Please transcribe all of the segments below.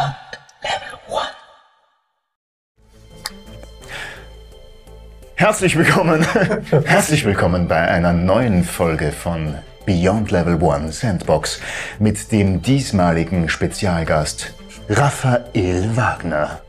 Beyond Level 1. Herzlich willkommen bei einer neuen Folge von Beyond Level 1 Sandbox mit dem diesmaligen Spezialgast Raphael Wagner.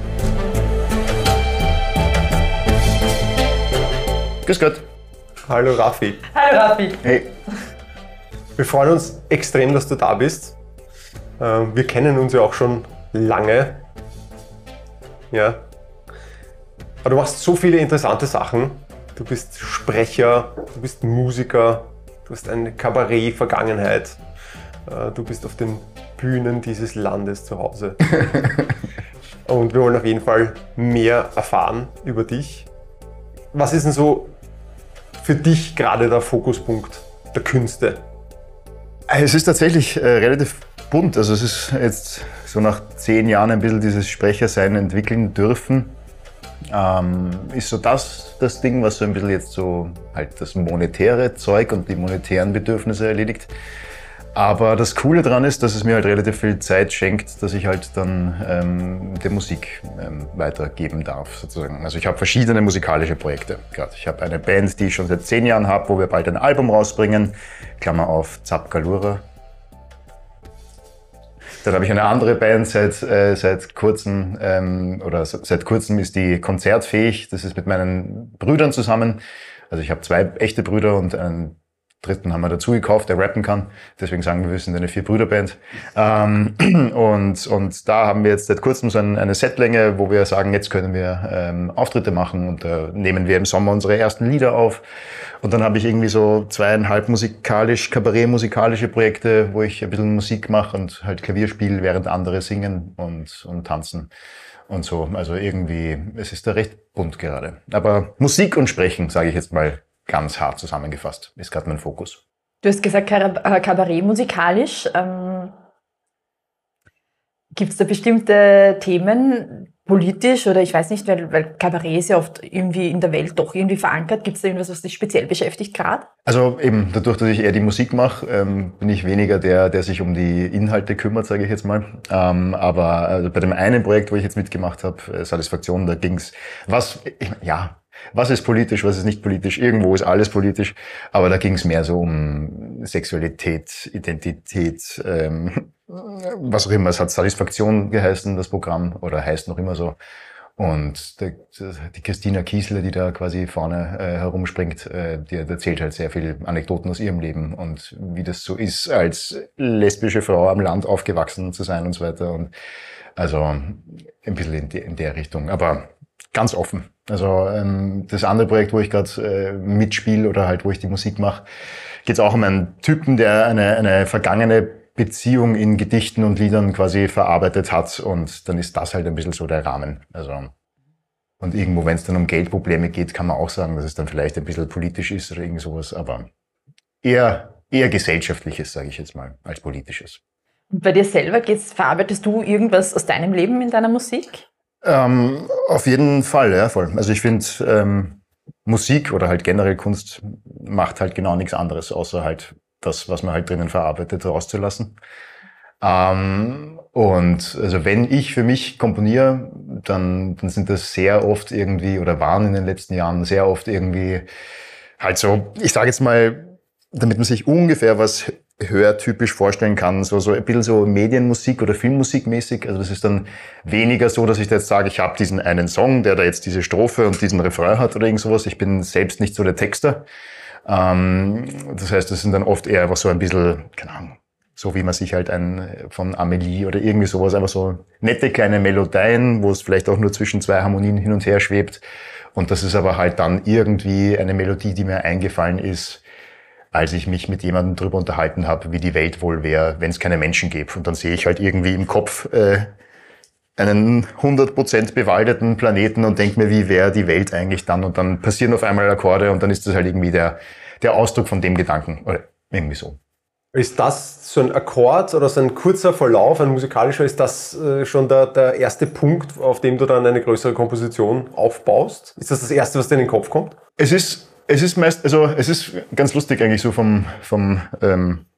Grüß Gott. Hallo Raffi. Hallo Raffi. Hey. Wir freuen uns extrem, dass du da bist. Wir kennen uns ja auch schon lange. Ja. Aber du machst so viele interessante Sachen. Du bist Sprecher, du bist Musiker, du hast eine Kabarett-Vergangenheit. Du bist auf den Bühnen dieses Landes zu Hause. Und wir wollen auf jeden Fall mehr erfahren über dich. Was ist denn so für dich gerade der Fokuspunkt der Künste? Es ist tatsächlich relativ bunt. Also es ist jetzt so nach 10 Jahren ein bisschen dieses Sprechersein entwickeln dürfen. Ist so das Ding, was so ein bisschen jetzt so halt das monetäre Zeug und die monetären Bedürfnisse erledigt. Aber das Coole daran ist, dass es mir halt relativ viel Zeit schenkt, dass ich halt dann der Musik weitergeben darf, sozusagen. Also ich habe verschiedene musikalische Projekte gerade. Ich habe eine Band, die ich schon seit 10 Jahren habe, wo wir bald ein Album rausbringen, Klammer auf, Zapkalura. Dann habe ich eine andere Band seit kurzem, seit kurzem ist die konzertfähig. Das ist mit meinen Brüdern zusammen. Also ich habe 2 echte Brüder und einen dritten haben wir dazu gekauft, der rappen kann. Deswegen sagen wir sind eine 4-Brüder-Band. Und da haben wir jetzt seit kurzem so eine Setlänge, wo wir sagen, jetzt können wir Auftritte machen und da nehmen wir im Sommer unsere ersten Lieder auf. Und dann habe ich irgendwie so 2,5 Kabarett-musikalische Projekte, wo ich ein bisschen Musik mache und halt Klavier spiele, während andere singen und tanzen und so. Also irgendwie, es ist da recht bunt gerade. Aber Musik und Sprechen, sage ich jetzt mal, ganz hart zusammengefasst, ist gerade mein Fokus. Du hast gesagt, Kabarett musikalisch. Gibt es da bestimmte Themen, politisch oder ich weiß nicht, weil Kabarett ist ja oft irgendwie in der Welt doch irgendwie verankert. Gibt es da irgendwas, was dich speziell beschäftigt gerade? Also eben, dadurch, dass ich eher die Musik mache, bin ich weniger der sich um die Inhalte kümmert, sage ich jetzt mal. Aber also bei dem einen Projekt, wo ich jetzt mitgemacht habe, Satisfaktion, da ging's was ist politisch, was ist nicht politisch? Irgendwo ist alles politisch, aber da ging es mehr so um Sexualität, Identität, was auch immer. Es hat Satisfaktion geheißen, das Programm, oder heißt noch immer so. Und die Christina Kiesler, die da quasi vorne herumspringt, die erzählt halt sehr viele Anekdoten aus ihrem Leben und wie das so ist, als lesbische Frau am Land aufgewachsen zu sein und so weiter. Und also ein bisschen in der Richtung, aber ganz offen. Also das andere Projekt, wo ich gerade mitspiele oder halt wo ich die Musik mache, geht es auch um einen Typen, der eine vergangene Beziehung in Gedichten und Liedern quasi verarbeitet hat und dann ist das halt ein bisschen so der Rahmen. Also und irgendwo, wenn es dann um Geldprobleme geht, kann man auch sagen, dass es dann vielleicht ein bisschen politisch ist oder irgend sowas, aber eher gesellschaftliches, sage ich jetzt mal, als politisches. Und bei dir selber verarbeitest du irgendwas aus deinem Leben in deiner Musik? Auf jeden Fall, ja, voll. Also ich finde, Musik oder halt generell Kunst macht halt genau nichts anderes, außer halt das, was man halt drinnen verarbeitet, rauszulassen. Und also wenn ich für mich komponiere, dann sind das sehr oft irgendwie, oder waren in den letzten Jahren sehr oft irgendwie halt so, ich sage jetzt mal, damit man sich ungefähr was hörtypisch vorstellen kann, so ein bisschen so Medienmusik oder Filmmusik mäßig. Also das ist dann weniger so, dass ich da jetzt sage, ich habe diesen einen Song, der da jetzt diese Strophe und diesen Refrain hat oder irgend sowas. Ich bin selbst nicht so der Texter. Das heißt, das sind dann oft eher einfach so ein bisschen, keine Ahnung, so wie man sich halt von Amelie oder irgendwie sowas, einfach so nette kleine Melodien, wo es vielleicht auch nur zwischen 2 Harmonien hin und her schwebt. Und das ist aber halt dann irgendwie eine Melodie, die mir eingefallen ist, als ich mich mit jemandem drüber unterhalten habe, wie die Welt wohl wäre, wenn es keine Menschen gäbe. Und dann sehe ich halt irgendwie im Kopf einen 100% bewaldeten Planeten und denke mir, wie wäre die Welt eigentlich dann? Und dann passieren auf einmal Akkorde und dann ist das halt irgendwie der Ausdruck von dem Gedanken oder irgendwie so. Ist das so ein Akkord oder so ein kurzer Verlauf, ein musikalischer, ist das schon der erste Punkt, auf dem du dann eine größere Komposition aufbaust? Ist das Erste, was dir in den Kopf kommt? Es ist meist, also es ist ganz lustig eigentlich so vom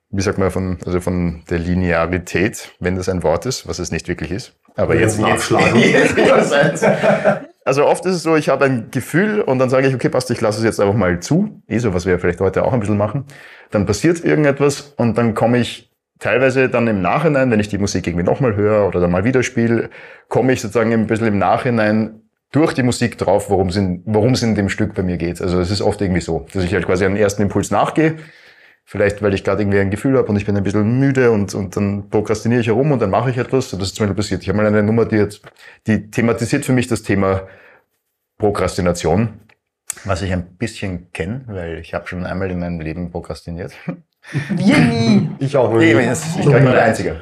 wie sagt man, von der Linearität, wenn das ein Wort ist, was es nicht wirklich ist. Aber jetzt nachschlagen. Also oft ist es so, ich habe ein Gefühl und dann sage ich, okay, passt, ich lasse es jetzt einfach mal zu. So, was wir vielleicht heute auch ein bisschen machen. Dann passiert irgendetwas und dann komme ich teilweise dann im Nachhinein, wenn ich die Musik irgendwie nochmal höre oder dann mal wieder spiele, komme ich sozusagen ein bisschen im Nachhinein durch die Musik drauf, worum es in dem Stück bei mir geht. Also es ist oft irgendwie so, dass ich halt quasi einen ersten Impuls nachgehe. Vielleicht, weil ich gerade irgendwie ein Gefühl habe und ich bin ein bisschen müde und dann prokrastiniere ich herum und dann mache ich etwas. Das ist zum Beispiel passiert. Ich habe mal eine Nummer, die thematisiert für mich das Thema Prokrastination, was ich ein bisschen kenne, weil ich habe schon einmal in meinem Leben prokrastiniert. Wir nie. Ich auch noch Nee, nie. ich glaube, ich bin der Einzige.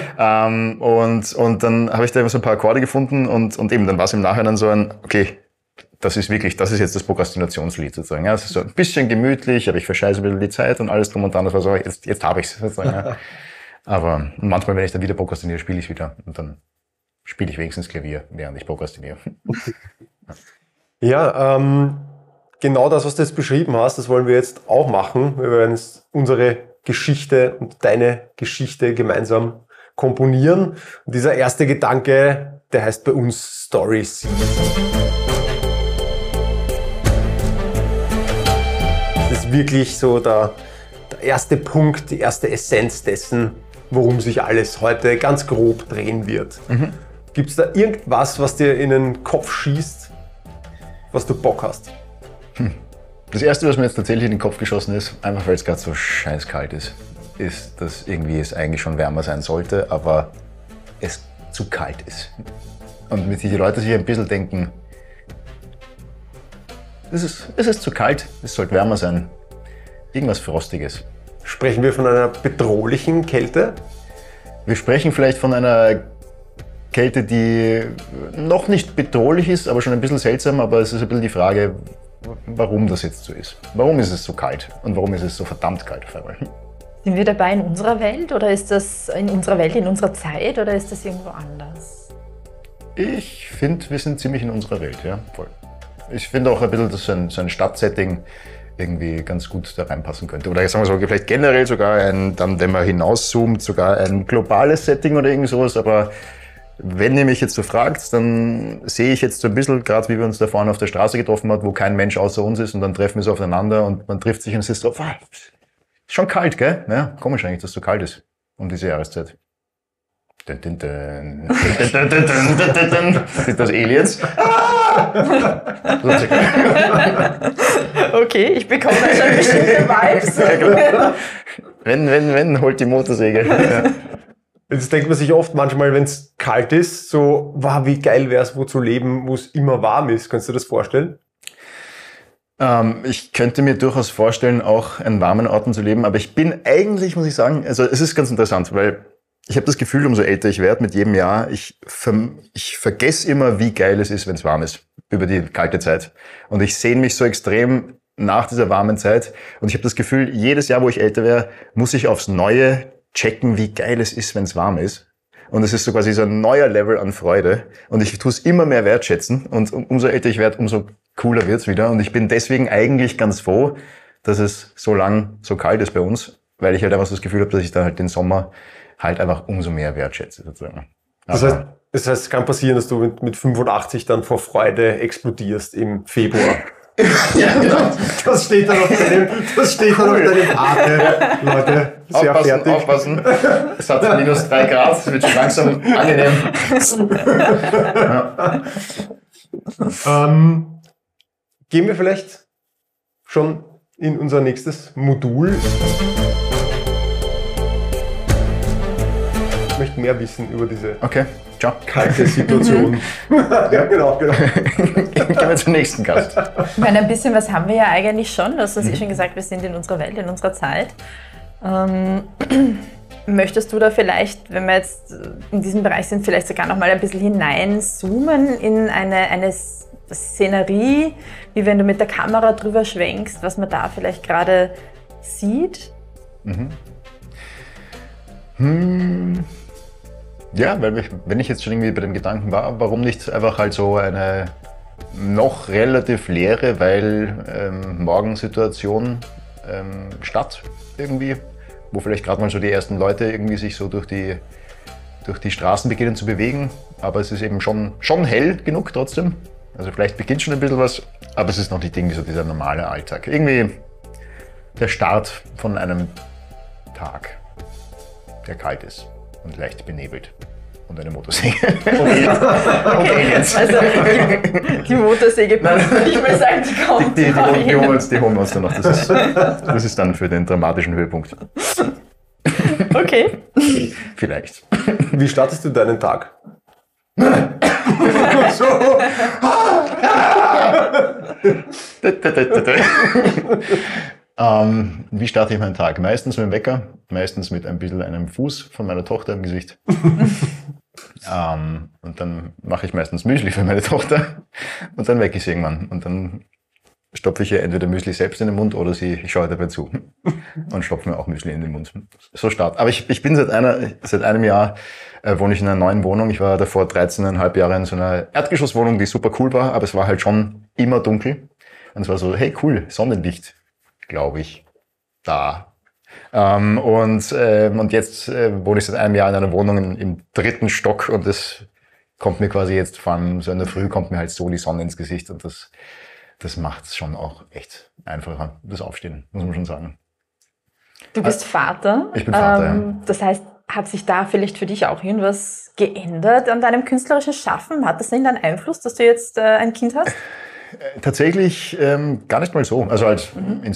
Und dann habe ich da immer so ein paar Akkorde gefunden und eben, dann war es im Nachhinein so ein, okay, das ist jetzt das Prokrastinationslied sozusagen. Ja, es ist so ein bisschen gemütlich, aber ich verscheiße ein bisschen die Zeit und alles drum und dran. Das war so, jetzt habe ich es sozusagen. Ja. Aber manchmal, wenn ich dann wieder prokrastiniere, spiele ich es wieder und dann spiele ich wenigstens Klavier, während ich prokrastiniere. Ja, genau das, was du jetzt beschrieben hast, das wollen wir jetzt auch machen. Wir werden jetzt unsere Geschichte und deine Geschichte gemeinsam komponieren. Und dieser erste Gedanke, der heißt bei uns Stories. Das ist wirklich so der erste Punkt, die erste Essenz dessen, worum sich alles heute ganz grob drehen wird. Gibt es da irgendwas, was dir in den Kopf schießt, was du Bock hast? Das Erste, was mir jetzt tatsächlich in den Kopf geschossen ist, einfach weil es gerade so scheißkalt ist, dass irgendwie es eigentlich schon wärmer sein sollte, aber es zu kalt ist. Und mit die Leute sich ein bisschen denken, es ist zu kalt, es sollte wärmer sein. Irgendwas Frostiges. Sprechen wir von einer bedrohlichen Kälte? Wir sprechen vielleicht von einer Kälte, die noch nicht bedrohlich ist, aber schon ein bisschen seltsam, aber es ist ein bisschen die Frage, warum das jetzt so ist. Warum ist es so kalt und warum ist es so verdammt kalt auf einmal? Sind wir dabei in unserer Welt oder ist das in unserer Welt, in unserer Zeit oder ist das irgendwo anders? Ich finde, wir sind ziemlich in unserer Welt, ja, voll. Ich finde auch ein bisschen, dass so ein Stadtsetting irgendwie ganz gut da reinpassen könnte. Oder sagen wir so, vielleicht generell sogar dann, wenn man hinauszoomt, sogar ein globales Setting oder irgend sowas, aber wenn ihr mich jetzt so fragt, dann sehe ich jetzt so ein bisschen, gerade wie wir uns da vorne auf der Straße getroffen haben, wo kein Mensch außer uns ist und dann treffen wir so aufeinander und man trifft sich und es ist so, ist schon kalt, gell? Ja, komisch eigentlich, dass es so kalt ist um diese Jahreszeit. Sind das Aliens? Okay, ich bekomme da schon bestimmte Vibes. Wenn, holt die Motorsäge. Ja. Jetzt denkt man sich oft manchmal, wenn es kalt ist, so, wow, wie geil wäre es, wo zu leben, wo es immer warm ist. Kannst du dir das vorstellen? Ich könnte mir durchaus vorstellen, auch an warmen Orten zu leben, aber ich bin eigentlich, muss ich sagen, also es ist ganz interessant, weil ich habe das Gefühl, umso älter ich werde mit jedem Jahr, ich vergesse immer, wie geil es ist, wenn es warm ist, über die kalte Zeit. Und ich sehne mich so extrem nach dieser warmen Zeit. Und ich habe das Gefühl, jedes Jahr, wo ich älter wäre, muss ich aufs Neue checken, wie geil es ist, wenn es warm ist. Und es ist so quasi so ein neuer Level an Freude. Und ich tue es immer mehr wertschätzen. Und umso älter ich werde, umso cooler wird's wieder. Und ich bin deswegen eigentlich ganz froh, dass es so lang so kalt ist bei uns, weil ich halt einfach so das Gefühl habe, dass ich dann halt den Sommer halt einfach umso mehr wertschätze, sozusagen. Das heißt, es kann passieren, dass du mit 85 dann vor Freude explodierst im Februar. Ja, genau. Das steht dann auf deinem Arte, Leute. Sehr Aufpassen, fertig. aufpassen. Es hat -3 Grad, es wird schon langsam angenehm. Ja. Gehen wir vielleicht schon in unser nächstes Modul. Ich möchte mehr wissen über diese Okay, ciao. kalte Situation. Ja, genau. Gehen wir zum nächsten Gast. Ich meine, ein bisschen was haben wir ja eigentlich schon. Du hast es schon gesagt, wir sind in unserer Welt, in unserer Zeit. Möchtest du da vielleicht, wenn wir jetzt in diesem Bereich sind, vielleicht sogar noch mal ein bisschen hineinzoomen in eine Szenerie, wie wenn du mit der Kamera drüber schwenkst, was man da vielleicht gerade sieht? Ja, weil wenn ich jetzt schon irgendwie bei dem Gedanken war, warum nicht einfach halt so eine noch relativ leere, weil Morgensituation Stadt irgendwie wo vielleicht gerade mal so die ersten Leute irgendwie sich so durch die Straßen beginnen zu bewegen. Aber es ist eben schon hell genug trotzdem. Also vielleicht beginnt schon ein bisschen was, aber es ist noch nicht irgendwie so dieser normale Alltag. Irgendwie der Start von einem Tag, der kalt ist und leicht benebelt. Und eine Motorsäge. Und Aliens. Also die Motorsäge, würde ich mal sagen, die kommt. Die holen wir uns dann noch. Das ist dann für den dramatischen Höhepunkt. Okay. Vielleicht. Wie startest du deinen Tag? So. Wie starte ich meinen Tag? Meistens mit dem Wecker, meistens mit ein bisschen einem Fuß von meiner Tochter im Gesicht. Und dann mache ich meistens Müsli für meine Tochter und dann wecke ich sie irgendwann. Und dann stopfe ich ihr entweder Müsli selbst in den Mund oder ich schaue dabei zu und stopfe mir auch Müsli in den Mund. So start. Aber ich bin seit einem Jahr wohne ich in einer neuen Wohnung. Ich war davor 13,5 Jahre in so einer Erdgeschosswohnung, die super cool war, aber es war halt schon immer dunkel. Und es war so, hey cool, Sonnenlicht, glaube ich, da. Und jetzt wohne ich seit einem Jahr in einer Wohnung im 3. Stock und das kommt mir quasi jetzt von so in der Früh kommt mir halt so die Sonne ins Gesicht und das macht es schon auch echt einfacher, das Aufstehen, muss man schon sagen. Du bist Vater. Ich bin Vater, ja. Das heißt, hat sich da vielleicht für dich auch irgendwas geändert an deinem künstlerischen Schaffen? Hat das irgendeinen Einfluss, dass du jetzt ein Kind hast? Tatsächlich gar nicht mal so. Also als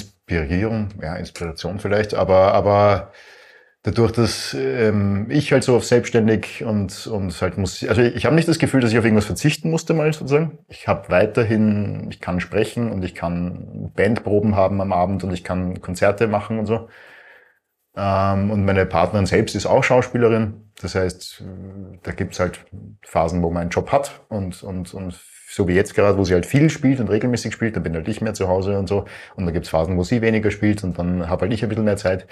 Inspiration vielleicht, aber dadurch, dass ich halt so auf selbstständig und halt muss, also ich habe nicht das Gefühl, dass ich auf irgendwas verzichten musste mal sozusagen. Ich kann sprechen und ich kann Bandproben haben am Abend und ich kann Konzerte machen und so. Und meine Partnerin selbst ist auch Schauspielerin. Das heißt, da gibt's halt Phasen, wo man einen Job hat und so wie jetzt gerade, wo sie halt viel spielt und regelmäßig spielt, dann bin halt ich mehr zu Hause und so. Und dann gibt's Phasen, wo sie weniger spielt und dann habe halt ich ein bisschen mehr Zeit.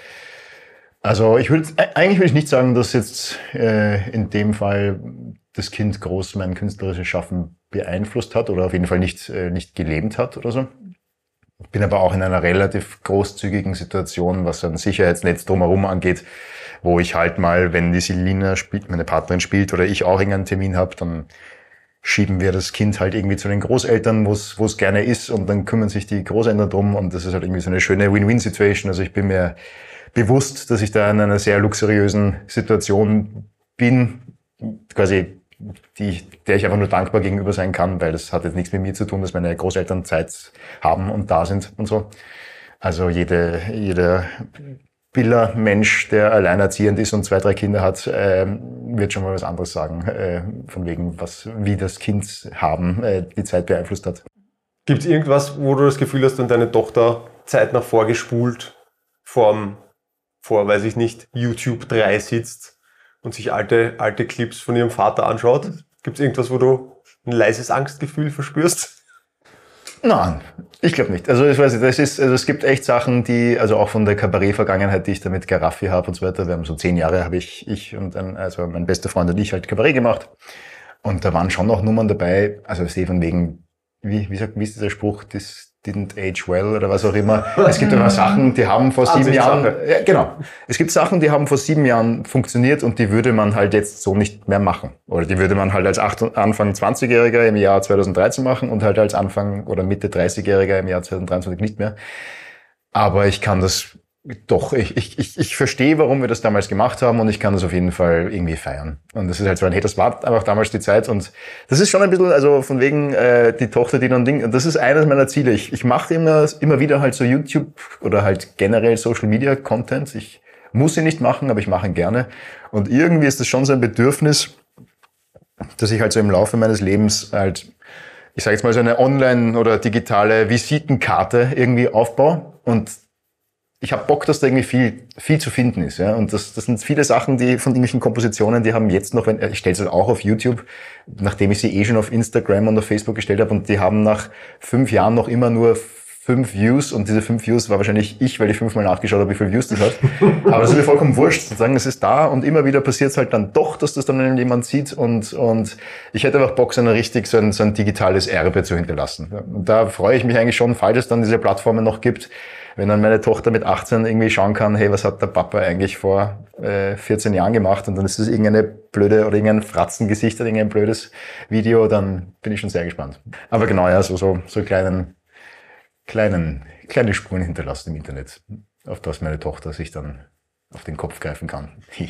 Also eigentlich will ich nicht sagen, dass jetzt in dem Fall das Kind groß mein künstlerisches Schaffen beeinflusst hat oder auf jeden Fall nicht gelähmt hat oder so. Ich bin aber auch in einer relativ großzügigen Situation, was ein Sicherheitsnetz drumherum angeht, wo ich halt mal, wenn die Selina spielt, meine Partnerin spielt oder ich auch irgendeinen Termin habe, dann schieben wir das Kind halt irgendwie zu den Großeltern, wo es gerne ist und dann kümmern sich die Großeltern drum und das ist halt irgendwie so eine schöne Win-Win-Situation. Also ich bin mir bewusst, dass ich da in einer sehr luxuriösen Situation bin, quasi der ich einfach nur dankbar gegenüber sein kann, weil das hat jetzt nichts mit mir zu tun, dass meine Großeltern Zeit haben und da sind und so. Also jeder Biller-Mensch, der alleinerziehend ist und 2, 3 Kinder hat, wird schon mal was anderes sagen, von wegen, wie das Kind haben die Zeit beeinflusst hat. Gibt es irgendwas, wo du das Gefühl hast, wenn deine Tochter Zeit nach vorgespult vor, weiß ich nicht, YouTube 3 sitzt und sich alte Clips von ihrem Vater anschaut? Gibt es irgendwas, wo du ein leises Angstgefühl verspürst? Nein, ich glaube nicht. Also ich weiß nicht, es gibt echt Sachen, die, also auch von der Kabarett-Vergangenheit, die ich da mit Garaffi habe und so weiter. Wir haben so 10 Jahre, habe ich und also mein bester Freund und ich halt Kabarett gemacht. Und da waren schon noch Nummern dabei, also von wegen, wie ist dieser Spruch, this didn't age well oder was auch immer. Es gibt aber Sachen, die haben vor 7 Jahren, ja, genau. Es gibt Sachen, die haben vor 7 Jahren funktioniert und die würde man halt jetzt so nicht mehr machen. Oder die würde man halt als Anfang 20-Jähriger im Jahr 2013 machen und halt als Anfang oder Mitte 30-Jähriger im Jahr 2023 nicht mehr. Aber ich kann das doch, ich verstehe, warum wir das damals gemacht haben und ich kann das auf jeden Fall irgendwie feiern. Und das ist halt so hey, das war einfach damals die Zeit und das ist schon ein bisschen, also von wegen die Tochter, die dann Ding, das ist eines meiner Ziele. Ich mache immer wieder halt so YouTube oder halt generell Social Media Content. Ich muss ihn nicht machen, aber ich mache ihn gerne. Und irgendwie ist das schon so ein Bedürfnis, dass ich halt so im Laufe meines Lebens halt, ich sage jetzt mal so eine online oder digitale Visitenkarte irgendwie aufbaue und ich habe Bock, dass da irgendwie viel zu finden ist, ja. Und das sind viele Sachen, die von irgendwelchen Kompositionen, die haben jetzt noch, ich stelle es halt auch auf YouTube, nachdem ich sie schon auf Instagram und auf Facebook gestellt habe, und die haben nach 5 Jahren noch immer nur 5 Views und diese 5 Views war wahrscheinlich ich, weil ich 5-mal nachgeschaut habe, wie viele Views das hat. Aber das ist mir vollkommen wurscht, sozusagen, es ist da und immer wieder passiert es halt dann doch, dass das dann jemand sieht und ich hätte einfach Bock, so ein digitales Erbe zu hinterlassen. Und da freue ich mich eigentlich schon, falls es dann diese Plattformen noch gibt, wenn dann meine Tochter mit 18 irgendwie schauen kann, hey, was hat der Papa eigentlich vor 14 Jahren gemacht und dann ist das irgendeine blöde oder irgendein Fratzengesicht oder irgendein blödes Video, dann bin ich schon sehr gespannt. Aber genau, ja, so kleine Spuren hinterlassen im Internet, auf das meine Tochter sich dann auf den Kopf greifen kann.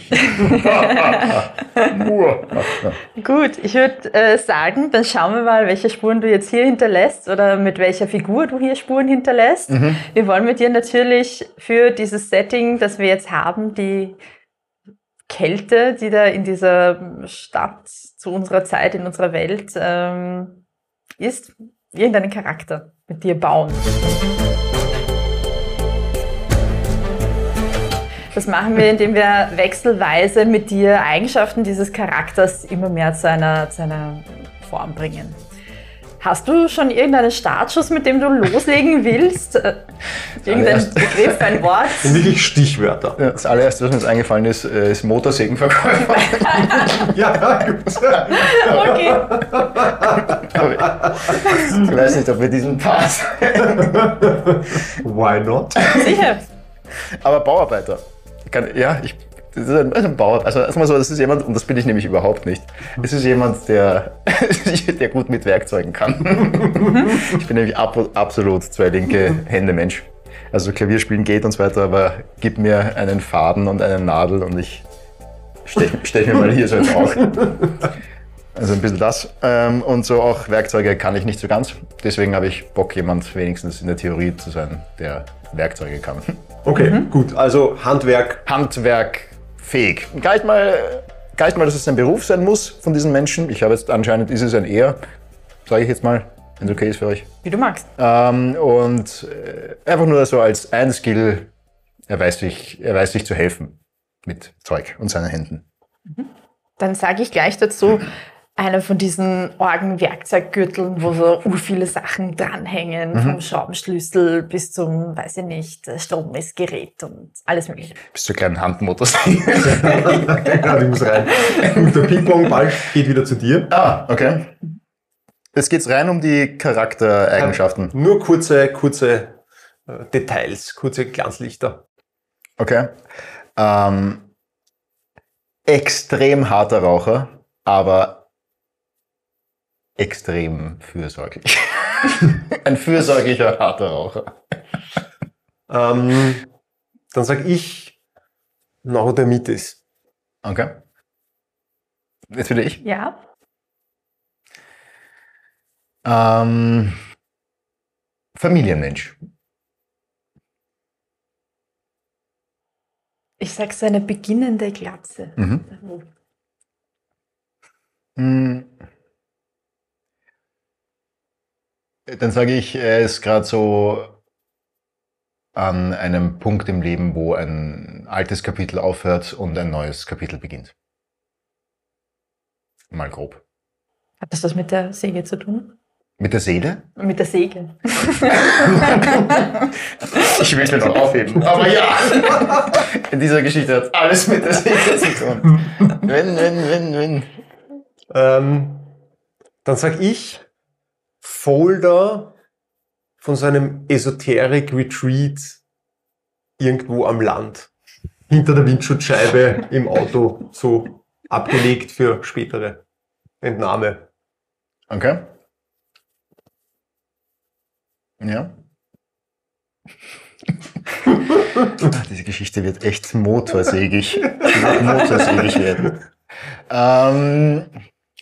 Gut, ich würde sagen, dann schauen wir mal, welche Spuren du jetzt hier hinterlässt oder mit welcher Figur du hier Spuren hinterlässt. Wir wollen mit dir natürlich für dieses Setting, das wir jetzt haben, die Kälte, die da in dieser Stadt zu unserer Zeit, in unserer Welt ist, irgendeinen Charakter mit dir bauen. Das machen wir, indem wir wechselweise mit dir Eigenschaften dieses Charakters immer mehr zu einer Form bringen. Hast du schon irgendeinen Startschuss, mit dem du loslegen willst? Irgendein Begriff, ein Wort? Wirklich Stichwörter. Ja, das allererste, was mir jetzt eingefallen ist, ist Motorsägenverkäufer. Ja, gut. Okay. Ich weiß nicht, ob wir diesen Pass. Why not? Sicher. Aber Bauarbeiter. Das ist ein Bauarbeiter. Also erstmal so, das ist jemand, und das bin ich nämlich überhaupt nicht. Es ist jemand, der gut mit Werkzeugen kann. Ich bin nämlich absolut 2 linke Hände Mensch. Also Klavierspielen geht und so weiter, aber gib mir einen Faden und eine Nadel und ich stech mir mal hier so ins Auge. Also ein bisschen das. Und so auch Werkzeuge kann ich nicht so ganz. Deswegen habe ich Bock, jemand wenigstens in der Theorie zu sein, der Werkzeuge kann. Okay, gut. Also Handwerk. Handwerkfähig. Gar nicht mal, dass es ein Beruf sein muss von diesen Menschen. Ich habe jetzt anscheinend, ist es ein eher, sage ich jetzt mal, wenn es okay ist für euch. Wie du magst. Und einfach nur so als ein Skill, er weiß sich zu helfen mit Zeug und seinen Händen. Dann sage ich gleich dazu, einer von diesen Orgenwerkzeuggürteln, wo so viele Sachen dranhängen, vom Schraubenschlüssel bis zum, weiß ich nicht, Strommessgerät und alles mögliche. Bis zur kleinen Handmotorsäge. Ja, die muss rein. Gut, der Ping-Pong-Ball geht wieder zu dir. Ah, okay. Jetzt geht's rein um die Charaktereigenschaften. Nur kurze Details, kurze Glanzlichter. Okay. Extrem harter Raucher, aber extrem fürsorglich. Ein fürsorglicher, harter Raucher. Dann sage ich Neurodermitis. Okay. Jetzt wieder ich. Ja. Familienmensch. Ich sage so eine beginnende Glatze. Dann sage ich, er ist gerade so an einem Punkt im Leben, wo ein altes Kapitel aufhört und ein neues Kapitel beginnt. Mal grob. Hat das was mit der Säge zu tun? Mit der Seele? Mit der Säge. Ich will es mir noch aufheben. Aber ja, in dieser Geschichte hat alles mit der Säge zu tun. Wenn. Dann sage ich Folder von so einem Esoterik-Retreat irgendwo am Land. Hinter der Windschutzscheibe im Auto, so abgelegt für spätere Entnahme. Okay. Ja. Diese Geschichte wird echt motorsägig. Sie wird motorsägig werden.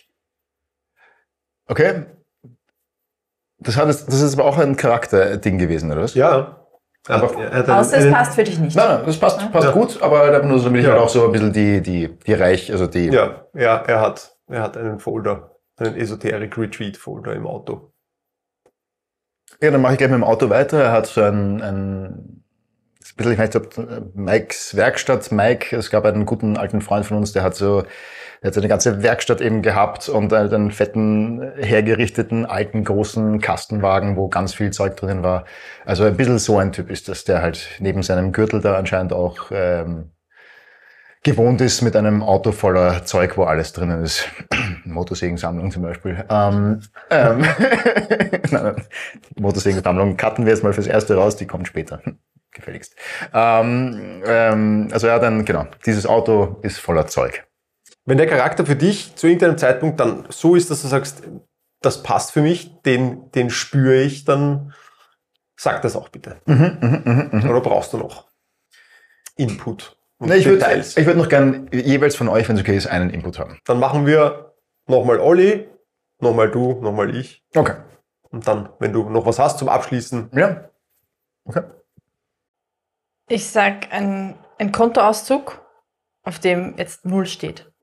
Okay. Das ist aber auch ein Charakterding gewesen, oder was? Ja. Außer es passt für dich nicht. Nein, das passt Ja. gut, aber nur so, damit ich halt auch so ein bisschen die Reich, also die. Ja, er hat einen Folder, einen Esoterik-Retreat-Folder im Auto. Ja, dann mache ich gleich mit dem Auto weiter. Er hat so ein ein bisschen, ich weiß nicht, ob Mikes Werkstatt, Mike, es gab einen guten alten Freund von uns, der hat so eine ganze Werkstatt eben gehabt und einen fetten, hergerichteten, alten, großen Kastenwagen, wo ganz viel Zeug drinnen war. Also ein bisschen so ein Typ ist das, der halt neben seinem Gürtel da anscheinend auch gewohnt ist mit einem Auto voller Zeug, wo alles drinnen ist. Motorsägensammlung zum Beispiel. Nein, Motorsägensammlung cutten wir jetzt mal fürs Erste raus, die kommt später. Gefälligst. Also ja, dann genau, dieses Auto ist voller Zeug. Wenn der Charakter für dich zu irgendeinem Zeitpunkt dann so ist, dass du sagst, das passt für mich, den spüre ich, dann sag das auch bitte. Oder brauchst du noch Input? Ich würde noch gern jeweils von euch, wenn es okay ist, einen Input haben. Dann machen wir nochmal Olli, nochmal du, nochmal ich. Okay. Und dann, wenn du noch was hast zum Abschließen. Ja. Okay. Ich sag ein Kontoauszug, auf dem jetzt 0 steht.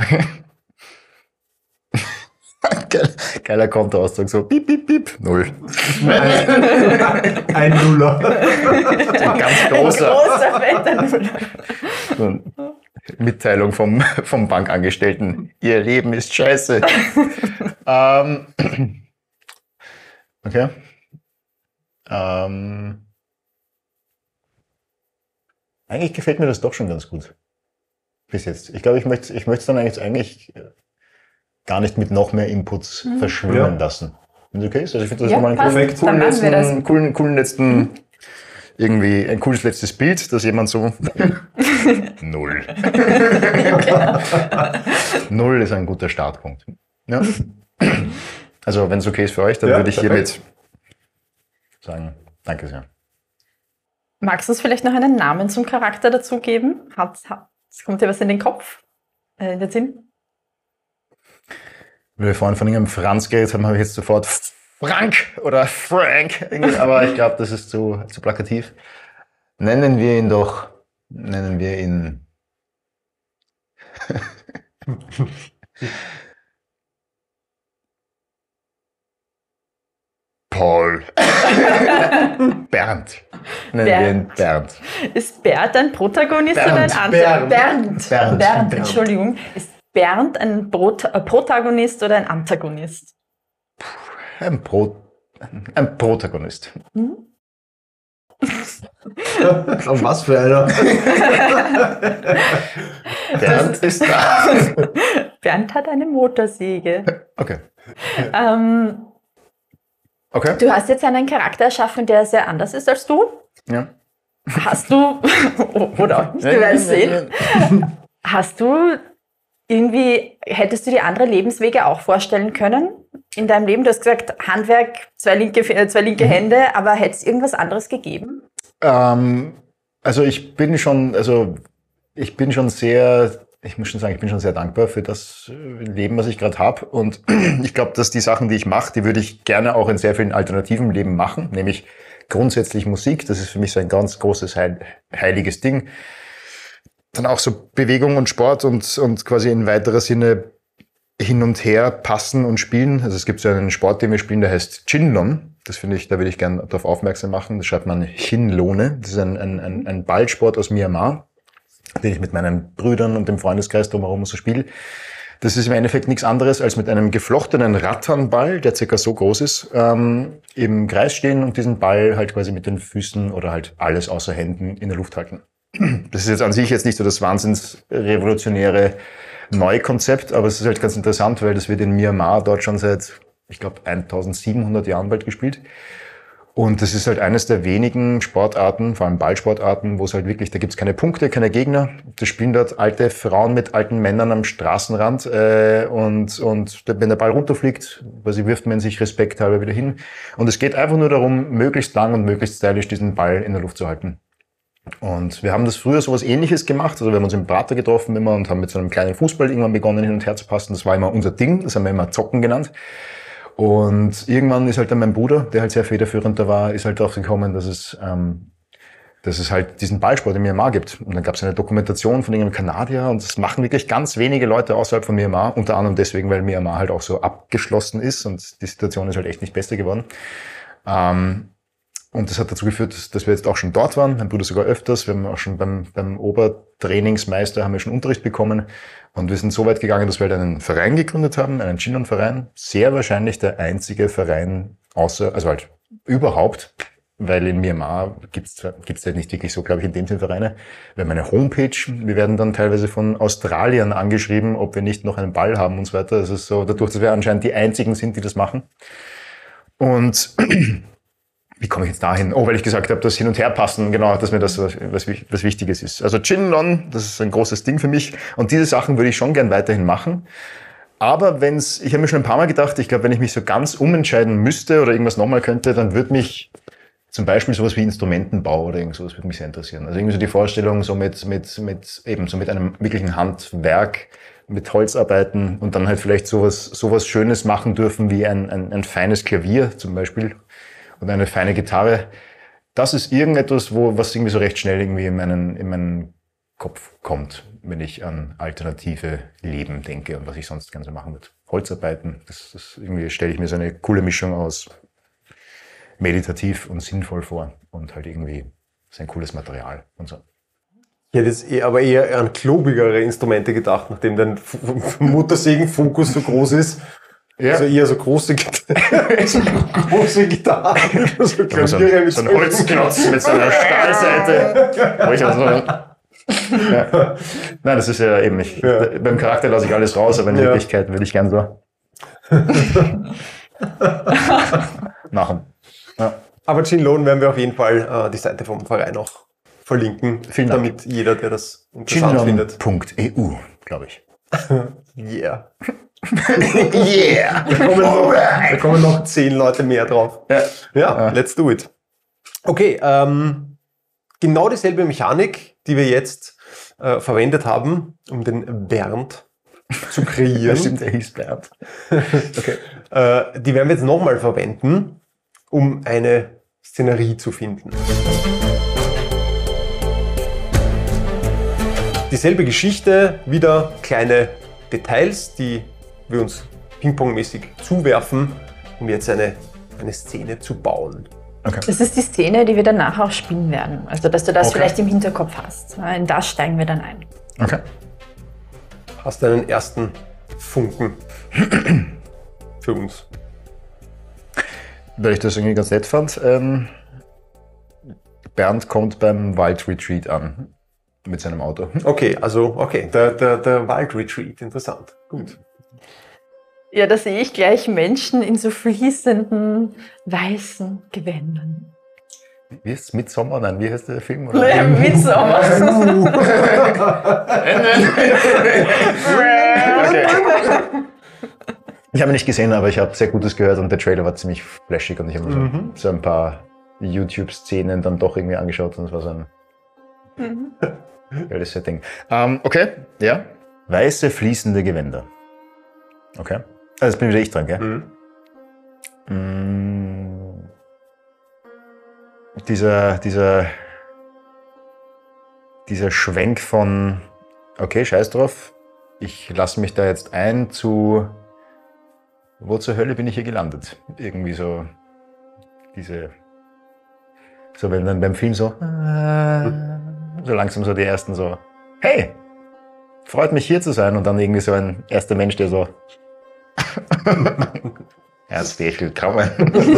Geiler Kontoauszug, so piep, piep, piep, 0. Ein Nuller. Ein ganz großer. Großer, fetter Nuller. So eine Mitteilung vom Bankangestellten. Ihr Leben ist scheiße. Okay. Eigentlich gefällt mir das doch schon ganz gut. Bis jetzt. Ich glaube, ich möchte es dann eigentlich gar nicht mit noch mehr Inputs verschwimmen lassen. Wenn es okay ist. Also ich finde das nochmal einen coolen letzten, irgendwie ein cooles letztes Bild, dass jemand so 0. 0 ist ein guter Startpunkt. Ja. Also wenn es okay ist für euch, dann würde ich hiermit sagen, danke sehr. Magst du uns vielleicht noch einen Namen zum Charakter dazugeben? Kommt dir was in den Kopf? In den Sinn? Weil wir vorhin von irgendeinem Franz geredet haben, habe ich jetzt sofort Frank oder Frank. Aber ich glaube, das ist zu plakativ. Nennen wir ihn Paul. Bernd. Nennen wir ihn Bernd. Ist Bert ein Protagonist oder ein Antagonist? Bernd, Entschuldigung. Ist Bernd ein Protagonist oder ein Antagonist? Ein Protagonist. Und was für einer? Bernd ist da. Bernd hat eine Motorsäge. Okay. Okay. Du hast jetzt einen Charakter erschaffen, der sehr anders ist als du. Ja. Hast du, oder auch nicht, wir werden es sehen. Hast du hättest du dir andere Lebenswege auch vorstellen können in deinem Leben? Du hast gesagt, Handwerk, zwei linke Hände, aber hätte es irgendwas anderes gegeben? Also ich bin schon sehr dankbar für das Leben, was ich gerade habe. Und ich glaube, dass die Sachen, die ich mache, die würde ich gerne auch in sehr vielen alternativen Leben machen, nämlich grundsätzlich Musik. Das ist für mich so ein ganz großes, heiliges Ding. Dann auch so Bewegung und Sport und quasi in weiterer Sinne hin und her passen und spielen. Also es gibt so einen Sport, den wir spielen, der heißt Chinlon. Das finde ich, da würde ich gerne darauf aufmerksam machen. Das schreibt man Chinlone. Das ist ein Ballsport aus Myanmar, den ich mit meinen Brüdern und dem Freundeskreis drumherum so spiele. Das ist im Endeffekt nichts anderes als mit einem geflochtenen Ratternball, der circa so groß ist, im Kreis stehen und diesen Ball halt quasi mit den Füßen oder halt alles außer Händen in der Luft halten. Das ist jetzt an sich jetzt nicht so das wahnsinns revolutionäre Neukonzept, aber es ist halt ganz interessant, weil das wird in Myanmar dort schon seit, ich glaube, 1700 Jahren bald gespielt. Und das ist halt eines der wenigen Sportarten, vor allem Ballsportarten, wo es halt wirklich, da gibt's keine Punkte, keine Gegner. Da spielen dort alte Frauen mit alten Männern am Straßenrand und wenn der Ball runterfliegt, quasi wirft man sich respekthalber wieder hin. Und es geht einfach nur darum, möglichst lang und möglichst stylisch diesen Ball in der Luft zu halten. Und wir haben das früher sowas Ähnliches gemacht. Also wir haben uns im Prater getroffen immer und haben mit so einem kleinen Fußball irgendwann begonnen, hin und her zu passen. Das war immer unser Ding, das haben wir immer Zocken genannt. Und irgendwann ist halt dann mein Bruder, der halt sehr federführend da war, ist halt drauf gekommen, dass es halt diesen Ballsport in Myanmar gibt. Und dann gab es eine Dokumentation von irgendeinem Kanadier und das machen wirklich ganz wenige Leute außerhalb von Myanmar, unter anderem deswegen, weil Myanmar halt auch so abgeschlossen ist und die Situation ist halt echt nicht besser geworden. Und das hat dazu geführt, dass wir jetzt auch schon dort waren, mein Bruder sogar öfters. Wir haben auch schon beim Obertrainingsmeister haben wir schon Unterricht bekommen. Und wir sind so weit gegangen, dass wir halt einen Verein gegründet haben, einen Chinon-Verein. Sehr wahrscheinlich der einzige Verein also halt überhaupt, weil in Myanmar gibt's halt nicht wirklich so, glaube ich, in dem Sinne Vereine. Wir haben eine Homepage, wir werden dann teilweise von Australiern angeschrieben, ob wir nicht noch einen Ball haben und so weiter. Das ist so, dadurch, dass wir anscheinend die einzigen sind, die das machen. Und wie komme ich jetzt dahin? Oh, weil ich gesagt habe, das Hin- und Herpassen, genau, dass mir das was Wichtiges ist. Also Chinon, das ist ein großes Ding für mich. Und diese Sachen würde ich schon gern weiterhin machen. Aber ich habe mir schon ein paar Mal gedacht, ich glaube, wenn ich mich so ganz umentscheiden müsste oder irgendwas nochmal könnte, dann würde mich zum Beispiel sowas wie Instrumentenbau oder irgend sowas würde mich sehr interessieren. Also irgendwie so die Vorstellung, so mit einem wirklichen Handwerk, mit Holzarbeiten und dann halt vielleicht sowas Schönes machen dürfen wie ein feines Klavier zum Beispiel. Und eine feine Gitarre, das ist irgendetwas, was irgendwie so recht schnell irgendwie in meinen Kopf kommt, wenn ich an alternative Leben denke und was ich sonst gerne so machen würde. Holzarbeiten, das irgendwie stelle ich mir so eine coole Mischung aus meditativ und sinnvoll vor und halt irgendwie ist ein cooles Material und so. Ich hätte jetzt aber eher an klobigere Instrumente gedacht, nachdem dein Muttersegenfokus so groß ist. Ja. Also eher so große Gitarren, so Klaviere mit so ein Holzklotz mit so einer Stahlseite. Ja. Nein, das ist ja eben nicht. Ja. Beim Charakter lasse ich alles raus, aber in Wirklichkeit würde ich gern so machen. Ja. Aber Chinlone werden wir auf jeden Fall die Seite vom Verein auch verlinken, damit jeder, der das interessant findet. Chinlone.eu, glaube ich. Yeah. Yeah! Da kommen noch 10 Leute mehr drauf. Ja, let's do it. Okay, genau dieselbe Mechanik, die wir jetzt verwendet haben, um den Bernd zu kreieren. Stimmt, der hieß Bernd. Okay. Die werden wir jetzt nochmal verwenden, um eine Szenerie zu finden. Dieselbe Geschichte, wieder kleine Details, die wir uns ping-pong-mäßig zuwerfen, um jetzt eine Szene zu bauen. Okay. Das ist die Szene, die wir danach auch spielen werden. Also, dass du das vielleicht im Hinterkopf hast. In das steigen wir dann ein. Okay. Hast du einen ersten Funken für uns? Weil ich das irgendwie ganz nett fand, Bernd kommt beim Waldretreat an. Mit seinem Auto. Okay, der Waldretreat, interessant. Gut. Ja, da sehe ich gleich Menschen in so fließenden, weißen Gewändern. Wie heißt es? Midsommar? Nein, wie heißt der Film? Oder? Ja, Midsommar. Ich habe ihn nicht gesehen, aber ich habe sehr Gutes gehört und der Trailer war ziemlich flashig und ich habe mir so ein paar YouTube-Szenen dann doch irgendwie angeschaut und es war so ein geiles Setting. Okay, ja. Weiße fließende Gewänder. Okay. Also jetzt bin wieder ich dran, gell? Dieser Schwenk von, okay, scheiß drauf, ich lasse mich da jetzt ein zu, wo zur Hölle bin ich hier gelandet? Irgendwie so, so wenn dann beim Film so langsam so die ersten so, hey, freut mich hier zu sein und dann irgendwie so ein erster Mensch, der so herzlich willkommen.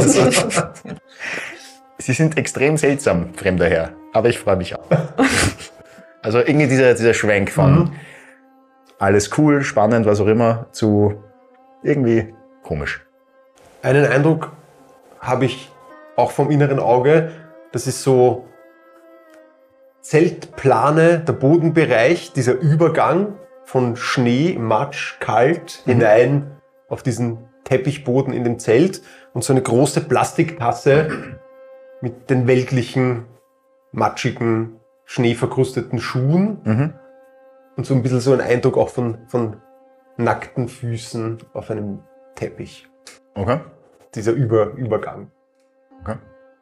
Sie sind extrem seltsam, fremder Herr, aber ich freue mich auch. Also irgendwie dieser Schwenk von alles cool, spannend, was auch immer, zu irgendwie komisch. Einen Eindruck habe ich auch vom inneren Auge, das ist so Zeltplane, der Bodenbereich, dieser Übergang von Schnee, Matsch, kalt hinein auf diesen Teppichboden in dem Zelt und so eine große Plastiktasse mit den weltlichen, matschigen, schneeverkrusteten Schuhen und so ein bisschen so ein Eindruck auch von nackten Füßen auf einem Teppich. Okay. Dieser Übergang. Okay.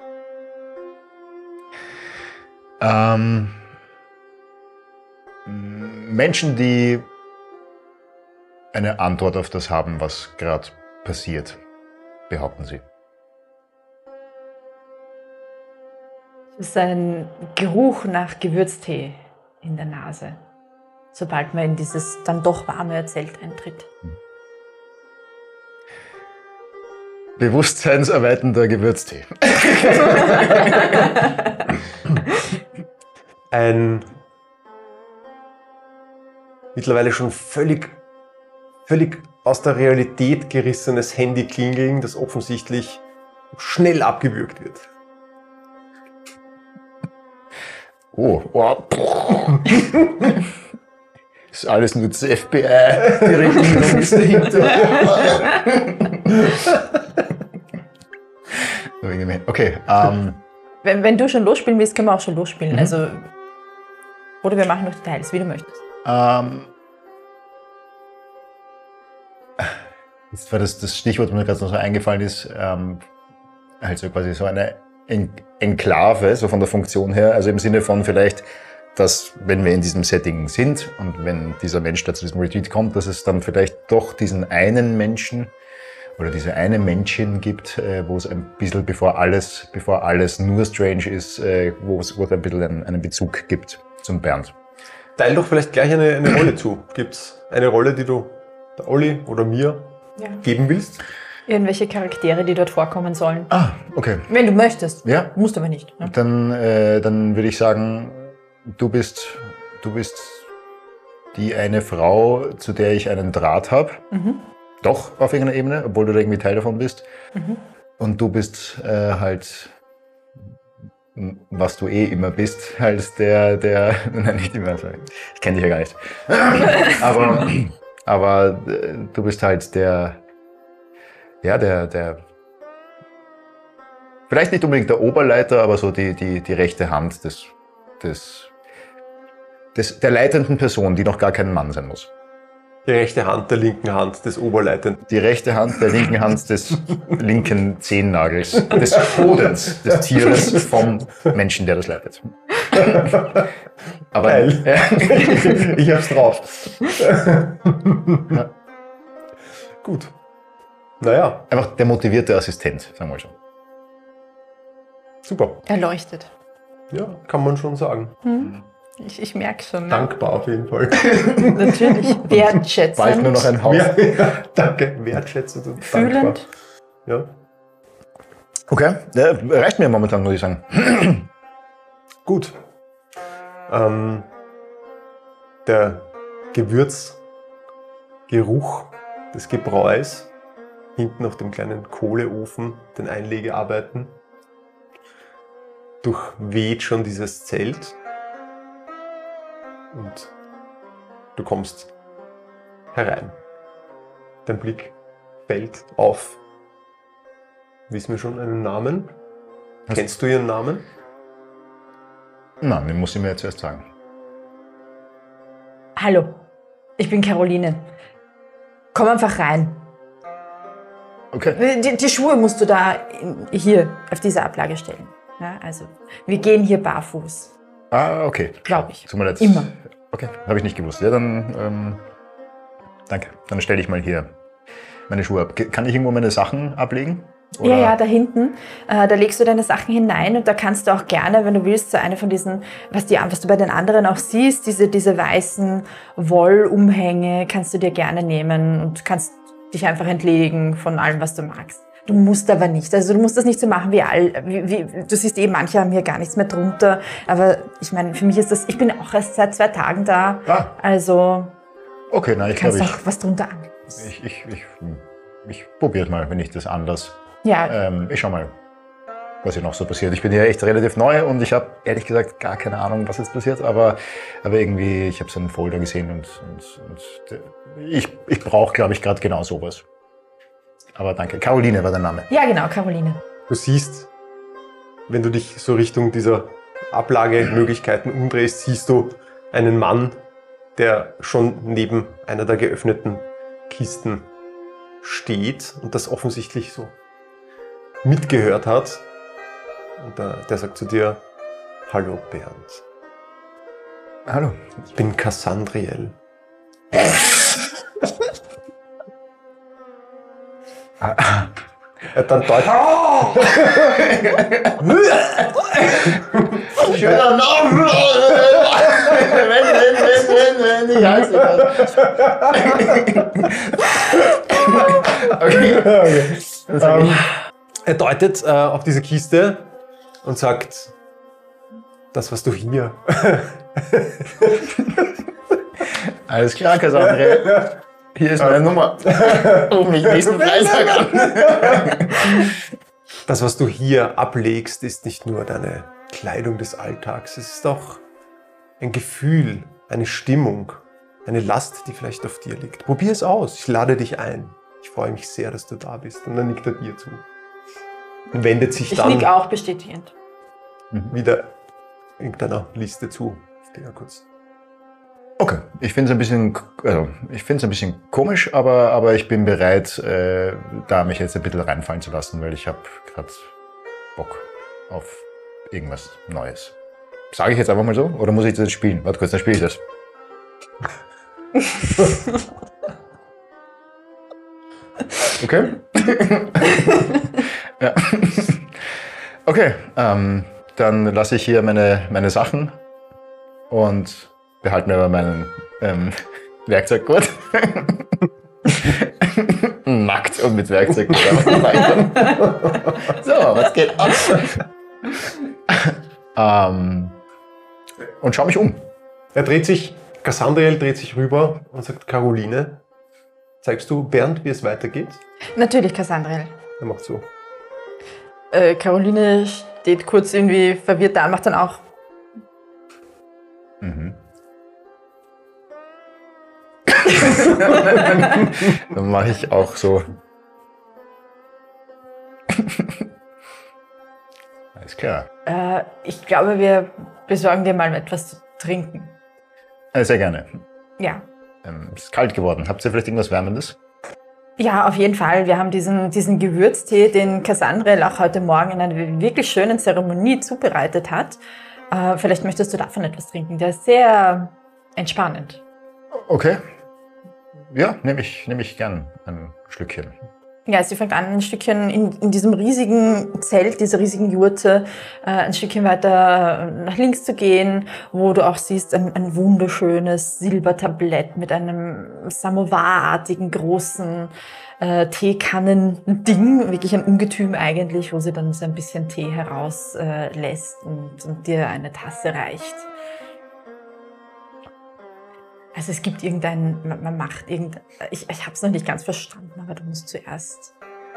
Menschen, die eine Antwort auf das haben, was gerade passiert, behaupten sie. Es ist ein Geruch nach Gewürztee in der Nase, sobald man in dieses dann doch warme Zelt eintritt. Bewusstseinserweiternder Gewürztee. Ein mittlerweile schon völlig aus der Realität gerissenes Handyklingeln, das offensichtlich schnell abgewürgt wird. Oh, wow. Ist alles nur das FBI. Die Regierung ist dahinter. Okay. Wenn du schon losspielen willst, können wir auch schon losspielen. Also, oder wir machen noch Details, wie du möchtest. Jetzt war das Stichwort, das mir gerade noch so eingefallen ist, halt so quasi so eine Enklave, so von der Funktion her, also im Sinne von vielleicht, dass wenn wir in diesem Setting sind und wenn dieser Mensch da zu diesem Retreat kommt, dass es dann vielleicht doch diesen einen Menschen oder diese eine Menschin gibt, wo es ein bisschen, bevor alles nur strange ist, wo es ein bisschen einen Bezug gibt zum Bernd. Teil doch vielleicht gleich eine Rolle zu. Gibt es eine Rolle, die du der Olli oder mir geben willst? Irgendwelche Charaktere, die dort vorkommen sollen. Ah, okay. Wenn du möchtest. Ja. Musst aber nicht. Ne? Dann würde ich sagen, du bist die eine Frau, zu der ich einen Draht habe. Doch, auf irgendeiner Ebene, obwohl du da irgendwie Teil davon bist. Und du bist halt, was du eh immer bist, halt der nein, nicht immer, ich kenne dich ja gar nicht. aber du bist halt der vielleicht nicht unbedingt der Oberleiter, aber so die rechte Hand der leitenden Person, die noch gar kein Mann sein muss. Die rechte Hand der linken Hand des Oberleitenden. Die rechte Hand der linken Hand des linken Zehennagels, des Bodens des Tieres vom Menschen, der das leitet. Aber geil. Ich hab's drauf. Ja. Gut. Naja. Einfach der motivierte Assistent, sagen wir schon. Super. Er leuchtet. Ja, kann man schon sagen. Ich merke schon. Ne? Dankbar auf jeden Fall. Natürlich. Wertschätzend. Bald nur noch ein Haus. Ja, danke. Wertschätzend und Fühlend. dankbar. Ja. Okay, ja, reicht mir momentan, muss ich sagen. Gut. Der Gewürzgeruch des Gebräus hinten auf dem kleinen Kohleofen, den Einlegearbeiten, durchweht schon dieses Zelt und du kommst herein. Dein Blick fällt auf. Wissen wir schon einen Namen? Kennst du ihren Namen? Nein, den muss ich mir jetzt erst sagen. Hallo, ich bin Caroline. Komm einfach rein. Okay. Die Schuhe musst du da hier auf diese Ablage stellen. Ja, also, wir gehen hier barfuß. Ah, okay. Glaube ich. Tut mir leid. Immer. Okay, habe ich nicht gewusst. Ja, dann danke. Dann stelle ich mal hier meine Schuhe ab. Kann ich irgendwo meine Sachen ablegen? Oder? Ja, da hinten. Da legst du deine Sachen hinein und da kannst du auch gerne, wenn du willst, so eine von diesen, was du bei den anderen auch siehst, diese weißen Wollumhänge, kannst du dir gerne nehmen und kannst dich einfach entledigen von allem, was du magst. Du musst aber nicht. Also du musst das nicht so machen du siehst manche haben hier gar nichts mehr drunter. Aber ich meine, für mich ist das, ich bin auch erst seit 2 Tagen da. Also okay, na, ich kannst glaube, auch was drunter an. ich probiere es mal, wenn ich das anders. Ja. Ich schau mal, was hier noch so passiert. Ich bin hier echt relativ neu und ich habe ehrlich gesagt gar keine Ahnung, was jetzt passiert. Aber irgendwie, ich habe so einen Folder gesehen und ich brauche, glaube ich, gerade genau sowas. Aber danke. Caroline war der Name. Ja, genau, Caroline. Du siehst, wenn du dich so Richtung dieser Ablagemöglichkeiten umdrehst, siehst du einen Mann, der schon neben einer der geöffneten Kisten steht und das offensichtlich so mitgehört hat. Und der sagt zu dir: Hallo Bernd. Hallo. Ich bin Cassandriel. Dann deutet. Schöner Name! Wenn, ich heiße das. Okay. Er deutet auf diese Kiste und sagt, das, was du hier. Alles klar, Cassandre. Hier ist meine Nummer. Ruf mich nächsten Freitag an. Das, was du hier ablegst, ist nicht nur deine Kleidung des Alltags. Es ist auch ein Gefühl, eine Stimmung, eine Last, die vielleicht auf dir liegt. Probier es aus. Ich lade dich ein. Ich freue mich sehr, dass du da bist. Und dann nickt er dir zu. Und wendet sich Ich dann nick auch bestätigend. wieder irgendeiner Liste zu, auf die er kurz. Okay, ich finde es ein bisschen komisch, aber ich bin bereit, da mich jetzt ein bisschen reinfallen zu lassen, weil ich habe gerade Bock auf irgendwas Neues. Sage ich jetzt einfach mal so, oder muss ich das spielen? Warte kurz, dann spiele ich das. Okay. Ja. Okay, dann lasse ich hier meine Sachen und behalte mir aber meinen Werkzeuggurt. Nackt und mit Werkzeuggurt. So, was geht ab? Und schau mich um. Er dreht sich, Cassandriel dreht sich rüber und sagt, Caroline, zeigst du Bernd, wie es weitergeht? Natürlich, Cassandriel. Er macht so. Caroline steht kurz irgendwie verwirrt da, macht dann auch. Mhm. Dann mache ich auch so. Alles klar. Ich glaube, wir besorgen dir mal etwas zu trinken. Sehr gerne. Ja. Es ist kalt geworden. Habt ihr vielleicht irgendwas Wärmendes? Ja, auf jeden Fall. Wir haben diesen Gewürztee, den Cassandriel auch heute Morgen in einer wirklich schönen Zeremonie zubereitet hat. Vielleicht möchtest du davon etwas trinken. Der ist sehr entspannend. Okay. Ja, nehme ich gern ein Schlückchen. Ja, sie fängt an, ein Stückchen in diesem riesigen Zelt, dieser riesigen Jurte, ein Stückchen weiter nach links zu gehen, wo du auch siehst, ein wunderschönes Silbertablett mit einem samovarartigen großen Teekannen-Ding, wirklich ein Ungetüm eigentlich, wo sie dann so ein bisschen Tee herauslässt und dir eine Tasse reicht. Also es gibt man macht irgendein, ich habe es noch nicht ganz verstanden, aber du musst zuerst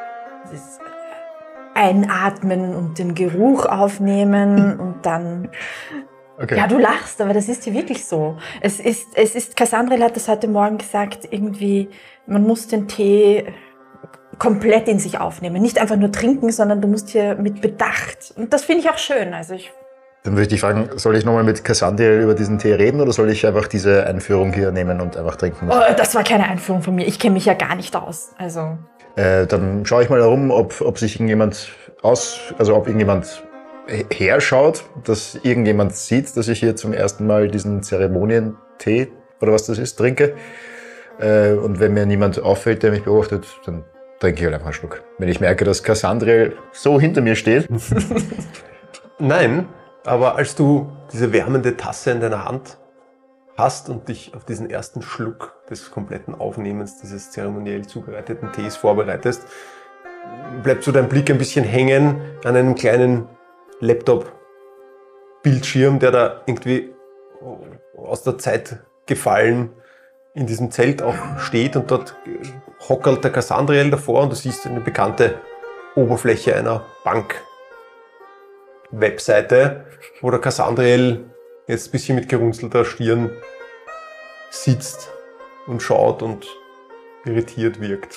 einatmen und den Geruch aufnehmen und dann, Okay. ja, du lachst, aber das ist hier wirklich so. Cassandriel hat das heute Morgen gesagt, irgendwie, man muss den Tee komplett in sich aufnehmen, nicht einfach nur trinken, sondern du musst hier mit Bedacht. Und das finde ich auch schön, Dann würde ich dich fragen, soll ich nochmal mit Cassandriel über diesen Tee reden oder soll ich einfach diese Einführung hier nehmen und einfach trinken? Oh, das war keine Einführung von mir. Ich kenne mich ja gar nicht aus. Also. Dann schaue ich mal herum, ob sich irgendjemand ob irgendjemand herschaut, dass irgendjemand sieht, dass ich hier zum ersten Mal diesen Zeremonientee oder was das ist, trinke. Und wenn mir niemand auffällt, der mich beobachtet, dann trinke ich halt einfach einen Schluck. Wenn ich merke, dass Cassandriel so hinter mir steht. Nein, aber als du diese wärmende Tasse in deiner Hand hast und dich auf diesen ersten Schluck des kompletten Aufnehmens dieses zeremoniell zubereiteten Tees vorbereitest, bleibt so dein Blick ein bisschen hängen an einem kleinen Laptop-Bildschirm, der da irgendwie aus der Zeit gefallen in diesem Zelt auch steht und dort hockelt der Cassandriel davor und du siehst eine bekannte Oberfläche einer Bank. Webseite, wo der Cassandriel jetzt ein bisschen mit gerunzelter Stirn sitzt und schaut und irritiert wirkt.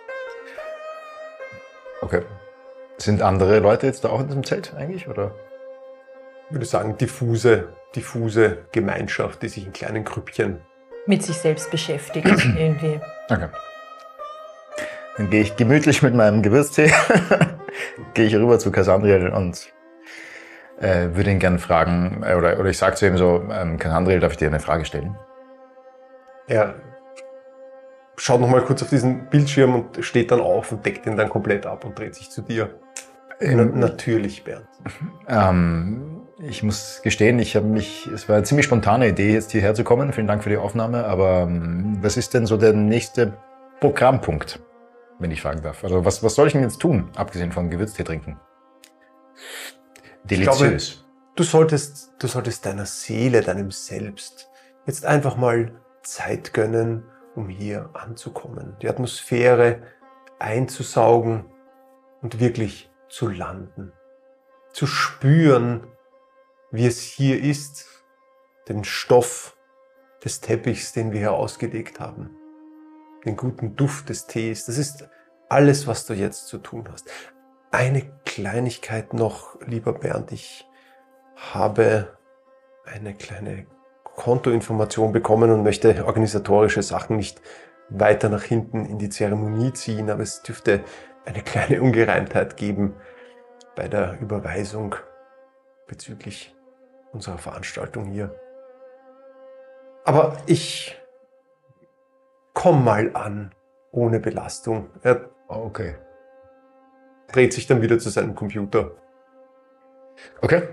Okay. Sind andere Leute jetzt da auch in diesem Zelt eigentlich, oder? Ich würde sagen, diffuse Gemeinschaft, die sich in kleinen Grüppchen. Mit sich selbst beschäftigt irgendwie. Okay. Dann gehe ich gemütlich mit meinem Gewürztee, gehe ich rüber zu Cassandriel und würde ihn gerne fragen, oder ich sage zu ihm so, Cassandriel, darf ich dir eine Frage stellen? Er schaut nochmal kurz auf diesen Bildschirm und steht dann auf und deckt ihn dann komplett ab und dreht sich zu dir. Natürlich, Bernd. Ich muss gestehen, es war eine ziemlich spontane Idee, jetzt hierher zu kommen. Vielen Dank für die Aufnahme. Aber was ist denn so der nächste Programmpunkt, wenn ich fragen darf? Also was soll ich denn jetzt tun, abgesehen von Gewürztee trinken? Deliziös. Ich glaube, du solltest deiner Seele, deinem Selbst jetzt einfach mal Zeit gönnen, um hier anzukommen, die Atmosphäre einzusaugen und wirklich zu landen, zu spüren, wie es hier ist, den Stoff des Teppichs, den wir hier ausgelegt haben, den guten Duft des Tees. Das ist alles, was du jetzt zu tun hast. Eine Kleinigkeit noch, lieber Bernd, ich habe eine kleine Kontoinformation bekommen und möchte organisatorische Sachen nicht weiter nach hinten in die Zeremonie ziehen, aber es dürfte eine kleine Ungereimtheit geben bei der Überweisung bezüglich unserer Veranstaltung hier. Aber ich komme mal an, ohne Belastung. Er Okay. dreht sich dann wieder zu seinem Computer. Okay.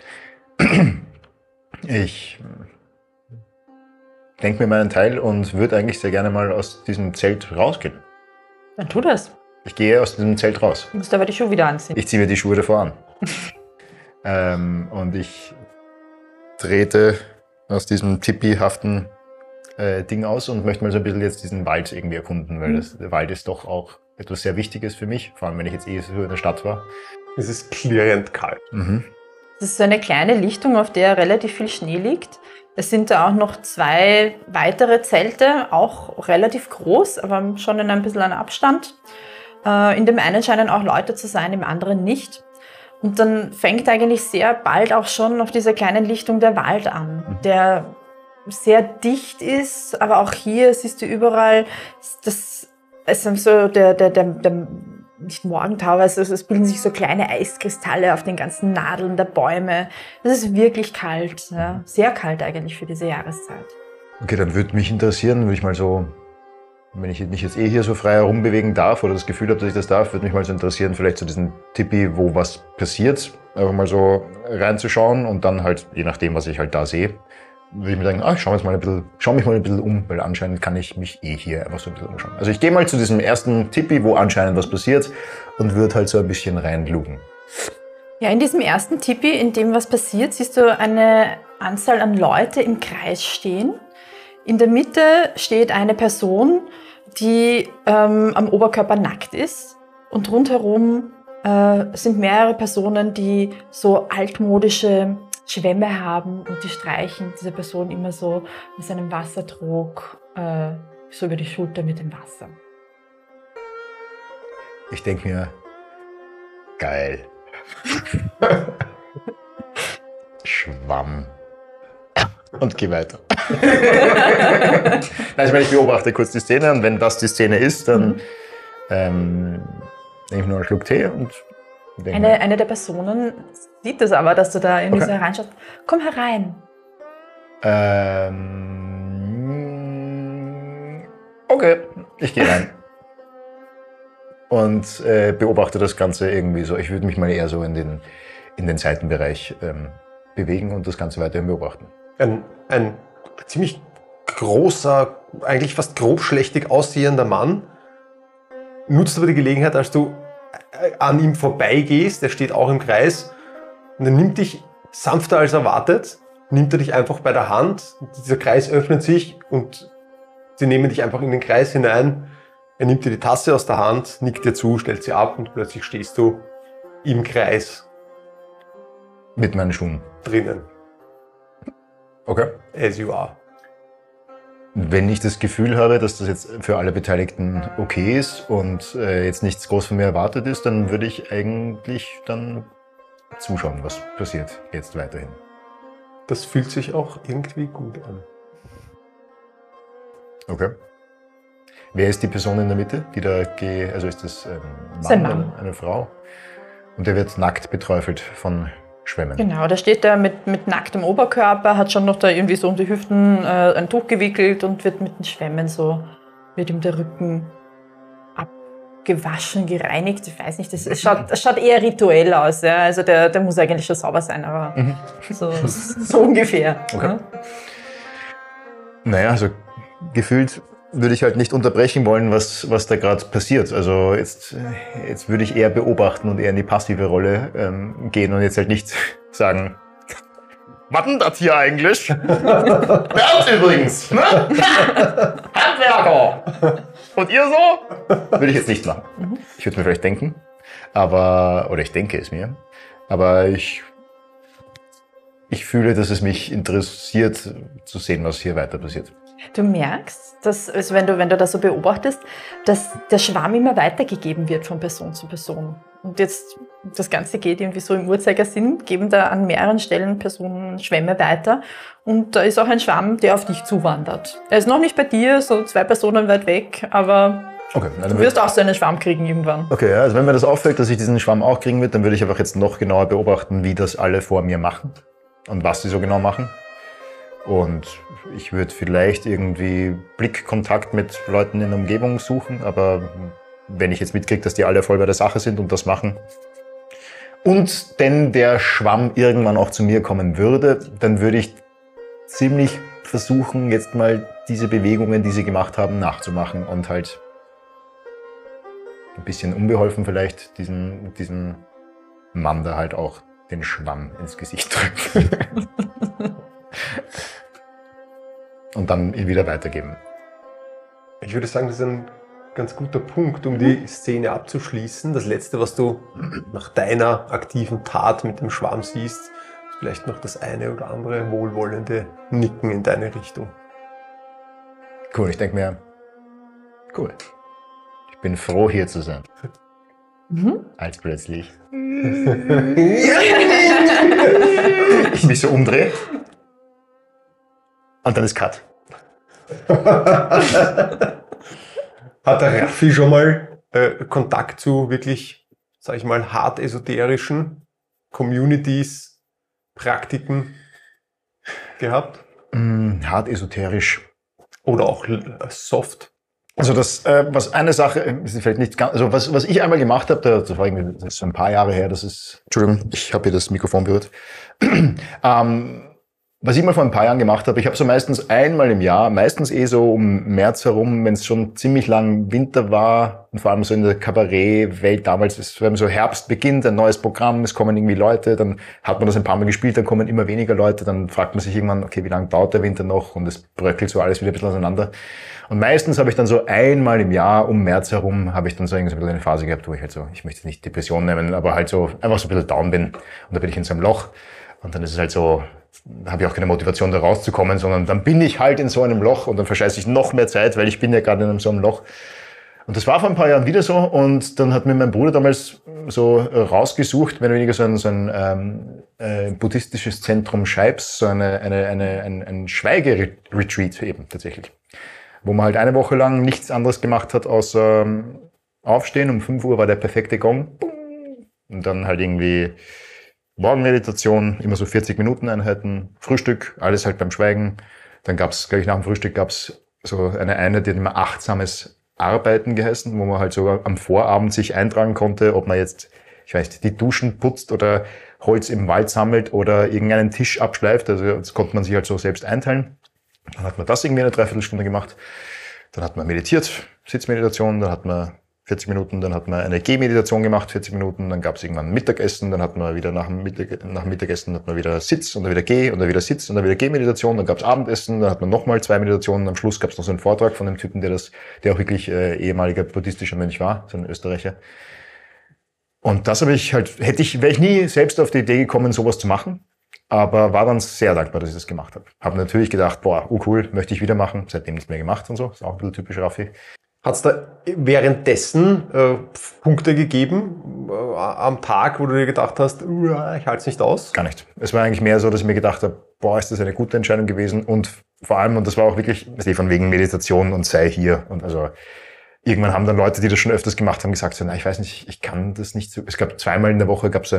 Ich denke mir meinen Teil und würde eigentlich sehr gerne mal aus diesem Zelt rausgehen. Dann tu das. Ich gehe aus diesem Zelt raus. Du musst aber die Schuhe wieder anziehen. Ich ziehe mir die Schuhe davor an. Und ich trete aus diesem Tipi-haften Ding aus und möchte mal so ein bisschen jetzt diesen Wald irgendwie erkunden, weil der Wald ist doch auch etwas sehr Wichtiges für mich, vor allem wenn ich jetzt so in der Stadt war. Es ist klirrend kalt. Das ist so eine kleine Lichtung, auf der relativ viel Schnee liegt. Es sind da auch noch 2 weitere Zelte, auch relativ groß, aber schon in ein bisschen an Abstand. In dem einen scheinen auch Leute zu sein, im anderen nicht. Und dann fängt eigentlich sehr bald auch schon auf dieser kleinen Lichtung der Wald an, der sehr dicht ist, aber auch hier siehst du überall, es ist so der nicht Morgentau, also es bilden sich so kleine Eiskristalle auf den ganzen Nadeln der Bäume. Das ist wirklich kalt, ja. Sehr kalt eigentlich für diese Jahreszeit. Okay, dann würde mich interessieren, würde ich mal so, wenn ich mich jetzt hier so frei herumbewegen darf oder das Gefühl habe, dass ich das darf, würde mich mal so interessieren, vielleicht zu diesem Tipi, wo was passiert, einfach mal so reinzuschauen und dann halt, je nachdem, was ich halt da sehe, würde ich mir sagen, ich schau mich mal ein bisschen um, weil anscheinend kann ich mich hier einfach so ein bisschen umschauen. Also ich gehe mal zu diesem ersten Tipi, wo anscheinend was passiert und würde halt so ein bisschen reinlugen. Ja, in diesem ersten Tipi, in dem was passiert, siehst du eine Anzahl an Leute im Kreis stehen. In der Mitte steht eine Person, die am Oberkörper nackt ist und rundherum sind mehrere Personen, die so altmodische Schwämme haben und die streichen diese Person immer so mit seinem Wassertrog so über die Schulter mit dem Wasser. Ich denke mir, geil. Schwamm. Und geh weiter. Nein, ich meine, ich beobachte kurz die Szene und wenn das die Szene ist, dann nehme ich nur einen Schluck Tee und denke mir, Eine der Personen sieht das aber, dass du da irgendwie so hereinschaust. Komm herein. Okay, ich gehe rein. Und beobachte das Ganze irgendwie so. Ich würde mich mal eher so in den Seitenbereich bewegen und das Ganze weiterhin beobachten. Ein ziemlich großer, eigentlich fast grobschlächtig aussehender Mann nutzt aber die Gelegenheit, als du an ihm vorbeigehst, der steht auch im Kreis, und er nimmt dich sanfter als erwartet, nimmt er dich einfach bei der Hand, dieser Kreis öffnet sich und sie nehmen dich einfach in den Kreis hinein. Er nimmt dir die Tasse aus der Hand, nickt dir zu, stellt sie ab und plötzlich stehst du im Kreis. Mit meinen Schuhen. Drinnen. Okay. As you are. Wenn ich das Gefühl habe, dass das jetzt für alle Beteiligten okay ist und jetzt nichts groß von mir erwartet ist, dann würde ich eigentlich dann zuschauen, was passiert jetzt weiterhin. Das fühlt sich auch irgendwie gut an. Okay. Wer ist die Person in der Mitte, die da geht? Also ist das ein Mann. Eine Frau? Und der wird nackt beträufelt von Schwämmen. Genau, der steht da mit nacktem Oberkörper, hat schon noch da irgendwie so um die Hüften ein Tuch gewickelt und wird mit den Schwämmen so wird ihm der Rücken abgewaschen, gereinigt. Ich weiß nicht, es schaut eher rituell aus. Ja? Also der muss eigentlich schon sauber sein, aber so ungefähr. Okay. Ja? Naja, also gefühlt würde ich halt nicht unterbrechen wollen, was da gerade passiert. Also jetzt würde ich eher beobachten und eher in die passive Rolle gehen und jetzt halt nicht sagen, was denn das hier eigentlich? Bernd übrigens, ne? Handwerker! Und ihr so? Würde ich jetzt nicht machen. Ich würde es mir vielleicht denken, oder ich denke es mir, aber ich fühle, dass es mich interessiert, zu sehen, was hier weiter passiert. Du merkst, dass, also wenn du das so beobachtest, dass der Schwamm immer weitergegeben wird von Person zu Person. Und jetzt, das Ganze geht irgendwie so im Uhrzeigersinn, geben da an mehreren Stellen Personen Schwämme weiter. Und da ist auch ein Schwamm, der auf dich zuwandert. Er ist noch nicht bei dir, so 2 Personen weit weg, aber Okay, du wirst auch so einen Schwamm kriegen irgendwann. Okay, also wenn mir das auffällt, dass ich diesen Schwamm auch kriegen würde, dann würde ich einfach jetzt noch genauer beobachten, wie das alle vor mir machen und was sie so genau machen. Und ich würde vielleicht irgendwie Blickkontakt mit Leuten in der Umgebung suchen, aber wenn ich jetzt mitkriege, dass die alle voll bei der Sache sind und das machen und denn der Schwamm irgendwann auch zu mir kommen würde, dann würde ich ziemlich versuchen, jetzt mal diese Bewegungen, die sie gemacht haben, nachzumachen und halt ein bisschen unbeholfen vielleicht diesen Mann da halt auch den Schwamm ins Gesicht drücken. Und dann ihn wieder weitergeben. Ich würde sagen, das ist ein ganz guter Punkt, um die Szene abzuschließen. Das Letzte, was du nach deiner aktiven Tat mit dem Schwamm siehst, ist vielleicht noch das eine oder andere wohlwollende Nicken in deine Richtung. Cool, ich denke mir, cool. Ich bin froh, hier zu sein. Als plötzlich ich mich so umdrehe und dann ist Cut. Hat der Raffi schon mal Kontakt zu wirklich, sag ich mal, hart esoterischen Communities, Praktiken gehabt? Hart esoterisch. Oder auch soft? Also das, was eine Sache ist vielleicht nicht ganz, also was ich einmal gemacht habe, das war irgendwie, das ist ein paar Jahre her, Entschuldigung, ich habe hier das Mikrofon berührt. Was ich mal vor ein paar Jahren gemacht habe, ich habe so meistens einmal im Jahr, meistens so um März herum, wenn es schon ziemlich lang Winter war und vor allem so in der Kabarett-Welt damals, wenn so Herbst beginnt, ein neues Programm, es kommen irgendwie Leute, dann hat man das ein paar Mal gespielt, dann kommen immer weniger Leute, dann fragt man sich irgendwann, okay, wie lange dauert der Winter noch und es bröckelt so alles wieder ein bisschen auseinander. Und meistens habe ich dann so einmal im Jahr um März herum, habe ich dann so irgendwie so ein bisschen eine Phase gehabt, wo ich halt so, ich möchte nicht Depression nehmen, aber halt so einfach so ein bisschen down bin und da bin ich in so einem Loch und dann ist es halt so, da habe ich auch keine Motivation, da rauszukommen, sondern dann bin ich halt in so einem Loch und dann verscheiße ich noch mehr Zeit, weil ich bin ja gerade in so einem Loch. Und das war vor ein paar Jahren wieder so und dann hat mir mein Bruder damals so rausgesucht, mehr oder weniger so ein buddhistisches Zentrum Scheibs, so ein Schweigeretreat eben tatsächlich, wo man halt eine Woche lang nichts anderes gemacht hat, außer aufstehen, um 5 Uhr war der perfekte Gong und dann halt irgendwie Morgenmeditation, immer so 40-Minuten-Einheiten, Frühstück, alles halt beim Schweigen. Dann gab's gleich nach dem Frühstück gab's so eine Einheit, die hat immer achtsames Arbeiten geheißen, wo man halt sogar am Vorabend sich eintragen konnte, ob man jetzt, ich weiß nicht, die Duschen putzt oder Holz im Wald sammelt oder irgendeinen Tisch abschleift. Also das konnte man sich halt so selbst einteilen. Dann hat man das irgendwie eine Dreiviertelstunde gemacht. Dann hat man meditiert, Sitzmeditation, dann hat man 40 Minuten, dann hat man eine Gehmeditation gemacht, 40 Minuten, dann gab es irgendwann Mittagessen, dann hat man wieder nach dem Mittagessen hat man wieder Sitz und dann wieder Geh und dann wieder Sitz und dann wieder Gehmeditation, dann gab es Abendessen, dann hat man nochmal 2 Meditationen, am Schluss gab es noch so einen Vortrag von dem Typen, der auch wirklich ehemaliger buddhistischer Mönch war, so ein Österreicher. Und das wäre ich nie selbst auf die Idee gekommen, sowas zu machen, aber war dann sehr dankbar, dass ich das gemacht habe. Habe natürlich gedacht, boah, cool, möchte ich wieder machen, seitdem nicht mehr gemacht und so, ist auch ein bisschen typisch Raffi. Hat es da währenddessen Punkte gegeben am Tag, wo du dir gedacht hast, ich halte es nicht aus? Gar nicht. Es war eigentlich mehr so, dass ich mir gedacht habe, boah, ist das eine gute Entscheidung gewesen und vor allem, und das war auch wirklich, von wegen Meditation und sei hier und also irgendwann haben dann Leute, die das schon öfters gemacht haben, gesagt, so, na, ich weiß nicht, ich kann das nicht so. Es gab 2-mal in der Woche gab es so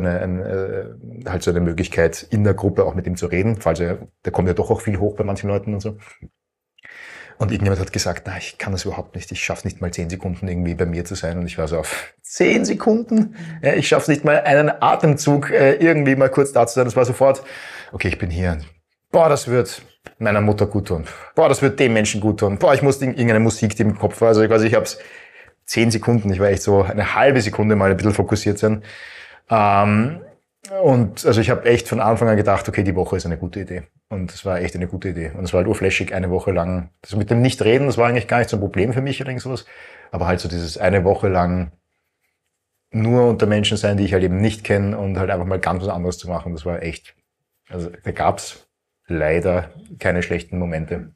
eine Möglichkeit, in der Gruppe auch mit ihm zu reden, falls da kommt ja doch auch viel hoch bei manchen Leuten und so. Und irgendjemand hat gesagt, na, ich kann das überhaupt nicht. Ich schaffe nicht mal 10 Sekunden irgendwie bei mir zu sein. Und ich war so auf 10 Sekunden? Ja, ich schaffe nicht mal einen Atemzug irgendwie mal kurz da zu sein. Das war sofort, okay, ich bin hier. Boah, das wird meiner Mutter gut tun. Boah, das wird dem Menschen gut tun. Boah, ich muss irgendeine Musik, die im Kopf war. Also ich habe es 10 Sekunden. Ich war echt so eine halbe Sekunde mal ein bisschen fokussiert sein. Und also ich habe echt von Anfang an gedacht, okay, die Woche ist eine gute Idee. Und es war echt eine gute Idee. Und es war halt urflashig, eine Woche lang. Das mit dem Nicht-Reden, das war eigentlich gar nicht so ein Problem für mich oder irgend sowas. Aber halt so dieses eine Woche lang nur unter Menschen sein, die ich halt eben nicht kenne und halt einfach mal ganz was anderes zu machen. Das war echt, also da gab's leider keine schlechten Momente.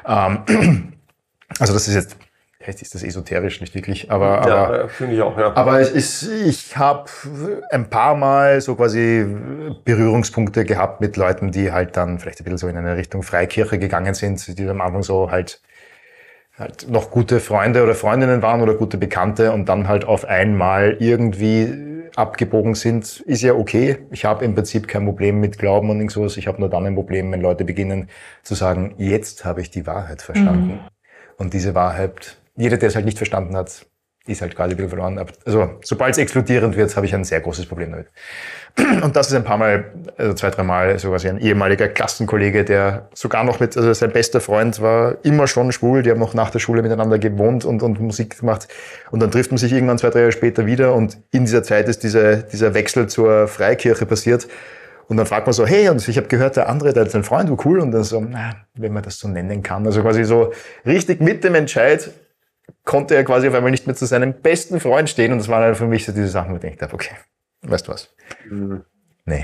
Also das ist jetzt, vielleicht ist das esoterisch nicht wirklich, aber finde ich auch, ja. Aber ich habe ein paar Mal so quasi Berührungspunkte gehabt mit Leuten, die halt dann vielleicht ein bisschen so in eine Richtung Freikirche gegangen sind, die am Anfang so halt noch gute Freunde oder Freundinnen waren oder gute Bekannte und dann halt auf einmal irgendwie abgebogen sind. Ist ja okay. Ich habe im Prinzip kein Problem mit Glauben und sowas. Ich habe nur dann ein Problem, wenn Leute beginnen zu sagen, jetzt habe ich die Wahrheit verstanden. Und diese Wahrheit, jeder, der es halt nicht verstanden hat, ist halt quasi ein bisschen verloren. Also, sobald es explodierend wird, habe ich ein sehr großes Problem damit. Und das ist ein paar Mal, also 2, 3 Mal, so quasi ein ehemaliger Klassenkollege, der sogar noch also sein bester Freund war immer schon schwul, die haben noch nach der Schule miteinander gewohnt und Musik gemacht. Und dann trifft man sich irgendwann 2, 3 Jahre später wieder und in dieser Zeit ist dieser Wechsel zur Freikirche passiert. Und dann fragt man so, hey, und ich habe gehört, der andere, der hat einen Freund, cool. Und dann so, na, wenn man das so nennen kann. Also quasi so richtig mit dem Entscheid konnte er quasi auf einmal nicht mehr zu seinem besten Freund stehen. Und das waren dann für mich so diese Sachen, wo ich gedacht habe, okay, weißt du was? Nee.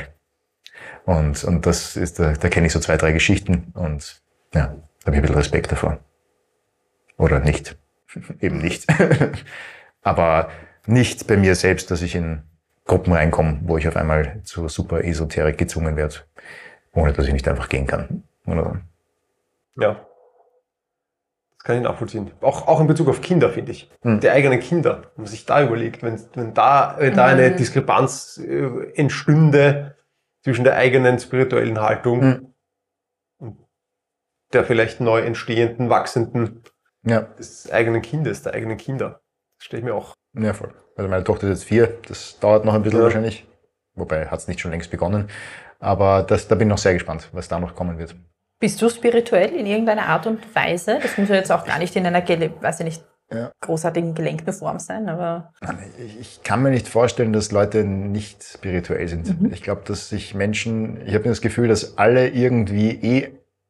Und das ist, da kenne ich so 2, 3 Geschichten. Und ja, da habe ich ein bisschen Respekt davor. Oder nicht. Eben nicht. Aber nicht bei mir selbst, dass ich in Gruppen reinkommen, wo ich auf einmal zu super Esoterik gezwungen werde, ohne dass ich nicht einfach gehen kann. Oder? Ja. Das kann ich nachvollziehen. Auch in Bezug auf Kinder, finde ich. Die eigenen Kinder. Wenn man sich da überlegt, wenn da eine Diskrepanz entstünde zwischen der eigenen spirituellen Haltung und der vielleicht neu entstehenden, wachsenden des eigenen Kindes, der eigenen Kinder. Das stelle ich mir auch. Ja, voll. Also meine Tochter ist jetzt 4, das dauert noch ein bisschen wahrscheinlich. Wobei, hat es nicht schon längst begonnen. Aber da bin ich noch sehr gespannt, was da noch kommen wird. Bist du spirituell in irgendeiner Art und Weise? Das muss ja jetzt auch gar nicht in einer, weiß ich nicht, großartigen gelenkten Form sein, aber... Ich kann mir nicht vorstellen, dass Leute nicht spirituell sind. Ich glaube, dass sich Menschen, ich habe das Gefühl, dass alle irgendwie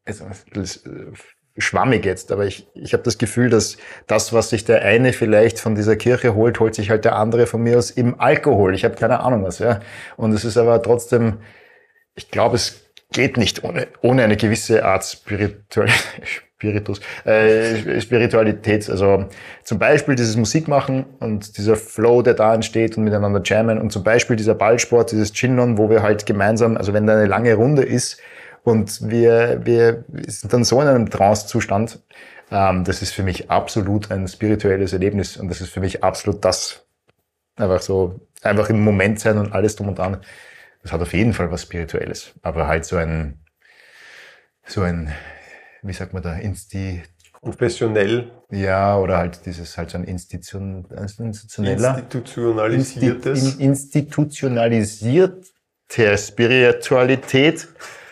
schwammig jetzt, aber ich habe das Gefühl, dass das, was sich der eine vielleicht von dieser Kirche holt sich halt der andere von mir aus im Alkohol. Ich habe keine Ahnung was, ja. Und es ist aber trotzdem, ich glaube, es geht nicht ohne eine gewisse Art Spiritualität. Also zum Beispiel dieses Musikmachen und dieser Flow, der da entsteht und miteinander jammen und zum Beispiel dieser Ballsport, dieses Chinlon, wo wir halt gemeinsam, also wenn da eine lange Runde ist, und wir sind dann so in einem Trance-Zustand. Das ist für mich absolut ein spirituelles Erlebnis. Und das ist für mich absolut das. Einfach im Moment sein und alles drum und dran. Das hat auf jeden Fall was Spirituelles. Aber halt so ein, wie sagt man da, Konfessionell. Ja, oder halt dieses, halt so ein institutioneller. Institutionalisierte Spiritualität.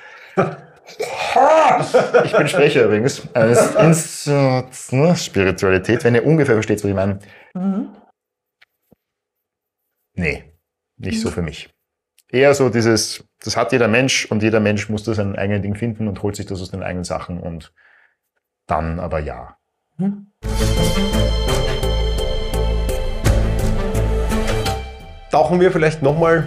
Ich bin Sprecher übrigens. Spiritualität, wenn ihr ungefähr versteht, was ich meine. Nee, nicht so für mich. Eher so dieses, das hat jeder Mensch und jeder Mensch muss da sein eigenes Ding finden und holt sich das aus den eigenen Sachen und dann aber ja. Tauchen wir vielleicht nochmal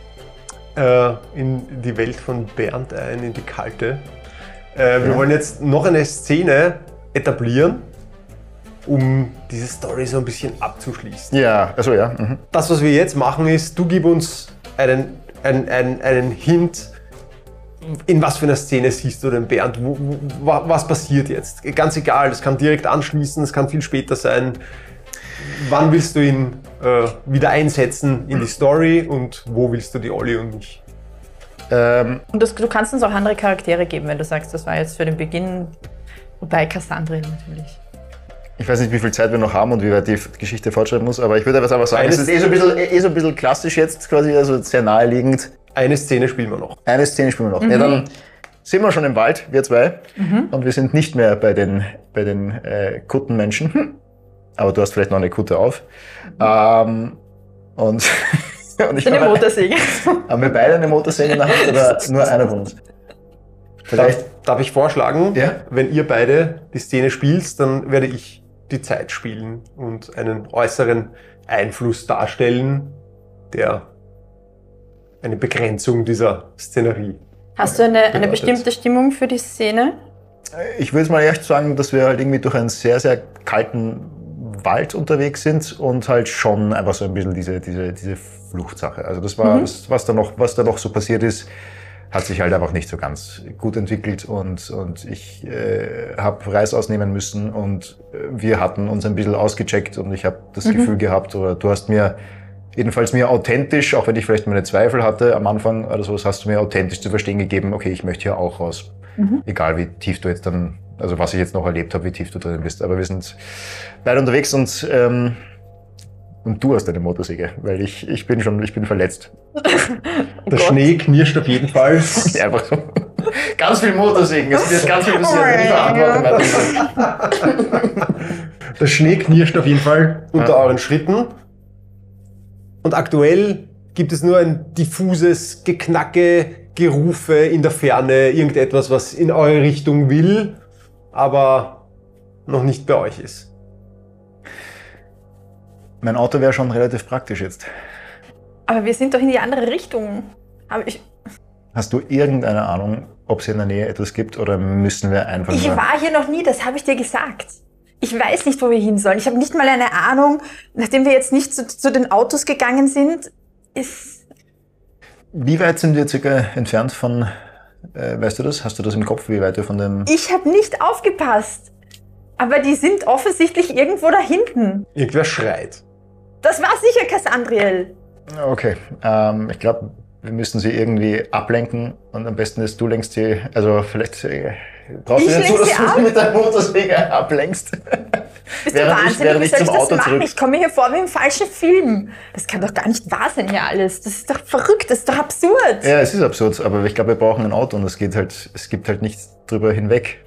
in die Welt von Bernd ein, in die kalte. Wir wollen jetzt noch eine Szene etablieren, um diese Story so ein bisschen abzuschließen. Ja, also ja. Das, was wir jetzt machen, ist, du gib uns einen Hint, in was für einer Szene siehst du den Bernd, was passiert jetzt? Ganz egal, das kann direkt anschließen, das kann viel später sein. Wann willst du ihn wieder einsetzen in die Story und wo willst du die Olli und mich? Und du kannst uns auch andere Charaktere geben, wenn du sagst, das war jetzt für den Beginn Wobei Cassandriel natürlich. Ich weiß nicht, wie viel Zeit wir noch haben und wie weit die Geschichte fortschreiten muss, aber ich würde einfach sagen, es ist so ein bisschen klassisch jetzt quasi, also sehr naheliegend. Eine Szene spielen wir noch. Eine Szene spielen wir noch. Ja, dann sind wir schon im Wald, wir zwei, und wir sind nicht mehr bei den Kuttenmenschen. Aber du hast vielleicht noch eine Kutte auf. Und ich eine Motorsäge. Haben wir beide eine Motorsäge in der Hand oder nur einer von uns? Vielleicht darf ich vorschlagen, Ja? wenn ihr beide die Szene spielt, dann werde ich die Zeit spielen und einen äußeren Einfluss darstellen, der eine Begrenzung dieser Szenerie. Hast du eine bedeutet. bestimmte Stimmung für die Szene? Ich würde jetzt mal echt sagen, dass wir halt irgendwie durch einen sehr, sehr kalten Wald unterwegs sind und halt schon einfach so ein bisschen diese Fluchtsache. Also das war das, was da noch so passiert ist, hat sich halt einfach nicht so ganz gut entwickelt und ich habe Reis ausnehmen müssen und wir hatten uns ein bisschen ausgecheckt und ich habe das Gefühl gehabt, oder du hast mir jedenfalls authentisch, auch wenn ich vielleicht meine Zweifel hatte am Anfang oder sowas, hast du mir authentisch zu verstehen gegeben, okay, ich möchte hier auch raus. Egal wie tief du jetzt dann, also was ich jetzt noch erlebt habe, wie tief du drin bist. Aber wir sind beide unterwegs und du hast eine Motorsäge, weil ich bin verletzt. Der Schnee knirscht auf jeden Fall. Einfach so. Ganz viel Motorsägen, es wird ganz viel passieren, wenn ich Verantwortung hatte. Der Schnee knirscht auf jeden Fall unter euren Schritten. Und aktuell gibt es nur ein diffuses Geknacke, Gerufe in der Ferne, irgendetwas, was in eure Richtung will, aber noch nicht bei euch ist. Mein Auto wäre schon relativ praktisch jetzt. Aber wir sind doch in die andere Richtung. Hast du irgendeine Ahnung, ob es hier in der Nähe etwas gibt oder müssen wir einfach Ich war hier noch nie, das habe ich dir gesagt. Ich weiß nicht, wo wir hin sollen. Ich habe nicht mal eine Ahnung, nachdem wir jetzt nicht zu den Autos gegangen sind, ist... Wie weit sind wir circa entfernt von, weißt du das? Hast du das im Kopf, wie weit wir von dem... Ich habe nicht aufgepasst. Aber die sind offensichtlich irgendwo da hinten. Irgendwer schreit. Das war sicher Cassandriel. Okay, ich glaube, wir müssen sie irgendwie ablenken und am besten ist, du lenkst sie, also vielleicht brauchst du Ich nicht so, lenk dass sie du ab? sie mit der Motorsäge ablenkst. Bist du wahnsinnig? während Wie ich soll ich zum das Auto machen? zurück. Ich komme mir hier vor wie im falschen Film. Das kann doch gar nicht wahr sein hier alles. Das ist doch verrückt, das ist doch absurd. Ja, es ist absurd, aber ich glaube, wir brauchen ein Auto und es gibt halt nichts drüber hinweg.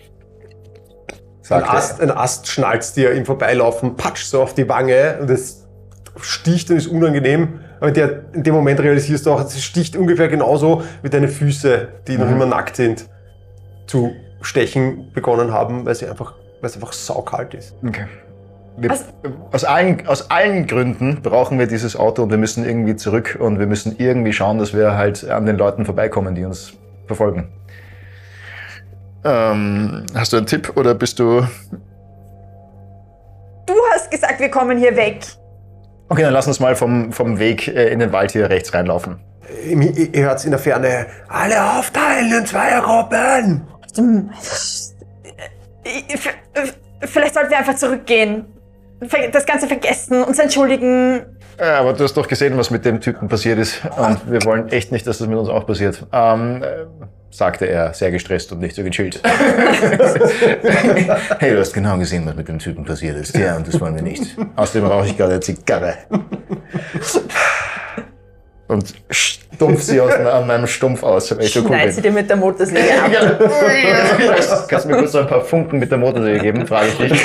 Ein Ast schnalzt dir im Vorbeilaufen, patscht so auf die Wange und es sticht und ist unangenehm. Aber in dem Moment realisierst du auch, es sticht ungefähr genauso wie deine Füße, die noch immer nackt sind, zu stechen begonnen haben, weil es einfach saukalt ist. Okay. Aus allen Gründen brauchen wir dieses Auto und wir müssen irgendwie zurück und wir müssen irgendwie schauen, dass wir halt an den Leuten vorbeikommen, die uns verfolgen. Hast du einen Tipp oder bist du... Du hast gesagt, wir kommen hier weg. Okay, dann lass uns mal vom Weg in den Wald hier rechts reinlaufen. Ihr hört in der Ferne, alle aufteilen in Zweiergruppen. Vielleicht sollten wir einfach zurückgehen. Das Ganze vergessen, uns entschuldigen. Ja, aber du hast doch gesehen, was mit dem Typen passiert ist. Und wir wollen echt nicht, dass das mit uns auch passiert. Sagte er, sehr gestresst und nicht so gechillt. Hey, du hast genau gesehen, was mit dem Typen passiert ist. Ja, und das wollen wir nicht. Außerdem rauche ich gerade eine Zigarre. Und stumpf sie an meinem Stumpf aus, weil ich so cool Schneid sie bin. dir mit der Motorsäge ab. Kannst du mir kurz so ein paar Funken mit der Motorsäge geben, frage ich dich.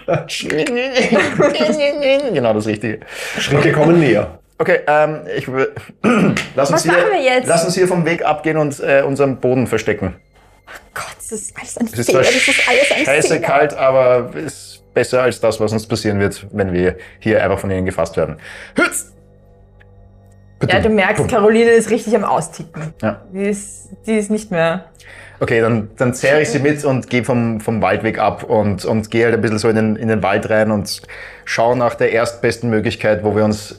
Genau das Richtige. Schritte kommen näher. Okay, lass uns machen wir jetzt? Lass uns hier vom Weg abgehen und unseren Boden verstecken. Gott, das ist alles ein Es ist Fehler. zwar Das ist alles ein scheiße Fehler. kalt, aber ist besser als das, was uns passieren wird, wenn wir hier einfach von ihnen gefasst werden. Hütz! Ja, du merkst, Caroline ist richtig am Austicken. Ja. Die ist nicht mehr... Okay, dann zerre ich sie mit und gehe vom Waldweg ab und gehe halt ein bisschen so in den Wald rein und schaue nach der erstbesten Möglichkeit, wo wir uns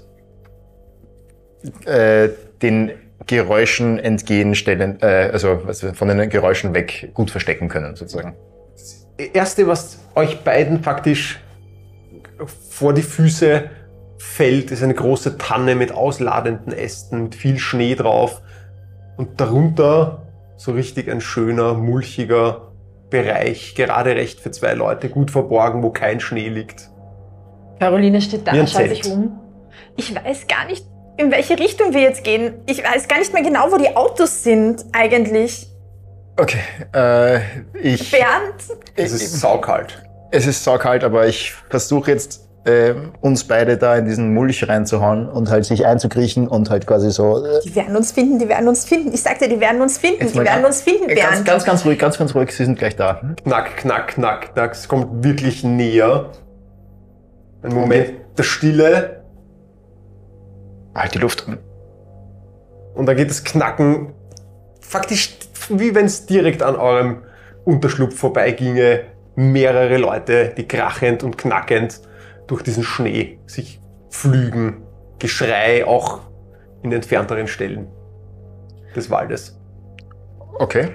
den Geräuschen entgegenstellen, also von den Geräuschen weg gut verstecken können, sozusagen. Das Erste, was euch beiden faktisch vor die Füße fällt, ist eine große Tanne mit ausladenden Ästen, mit viel Schnee drauf und darunter so richtig ein schöner, mulchiger Bereich, gerade recht für 2 Leute, gut verborgen, wo kein Schnee liegt. Caroline steht da, Wie ein schaut Zelt. sich um. Ich weiß gar nicht, in welche Richtung wir jetzt gehen. Ich weiß gar nicht mehr genau, wo die Autos sind eigentlich. Okay, Bernd? Es ist saukalt. Es ist saukalt, aber ich versuche jetzt uns beide da in diesen Mulch reinzuhauen und halt sich einzukriechen und halt quasi so. Die werden uns finden, die werden uns finden. Ich sagte, die werden uns finden, Jetzt die mal werden uns finden, ganz, Bernd. ganz ruhig, ganz ruhig. Sie sind gleich da. Knack, knack, knack, knack. Es kommt wirklich näher. Ein Moment der Stille. Halt die Luft an. Und dann geht das Knacken faktisch, wie wenn es direkt an eurem Unterschlupf vorbeiginge. Mehrere Leute, die krachend und knackend durch diesen Schnee sich pflügen. Geschrei auch in entfernteren Stellen des Waldes. Okay.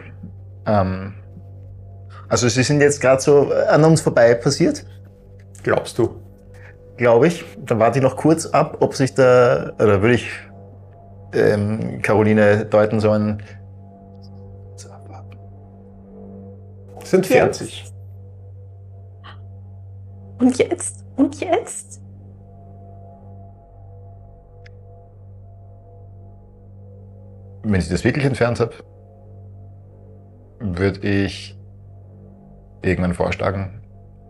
Also sie sind jetzt gerade so an uns vorbei passiert, Glaubst du? glaube ich. Dann warte ich noch kurz ab, ob sich da, oder würde ich Caroline deuten sollen. Es entfernt sich. Und jetzt? Und jetzt? Wenn ich das wirklich entfernt habe, würde ich irgendwann vorschlagen,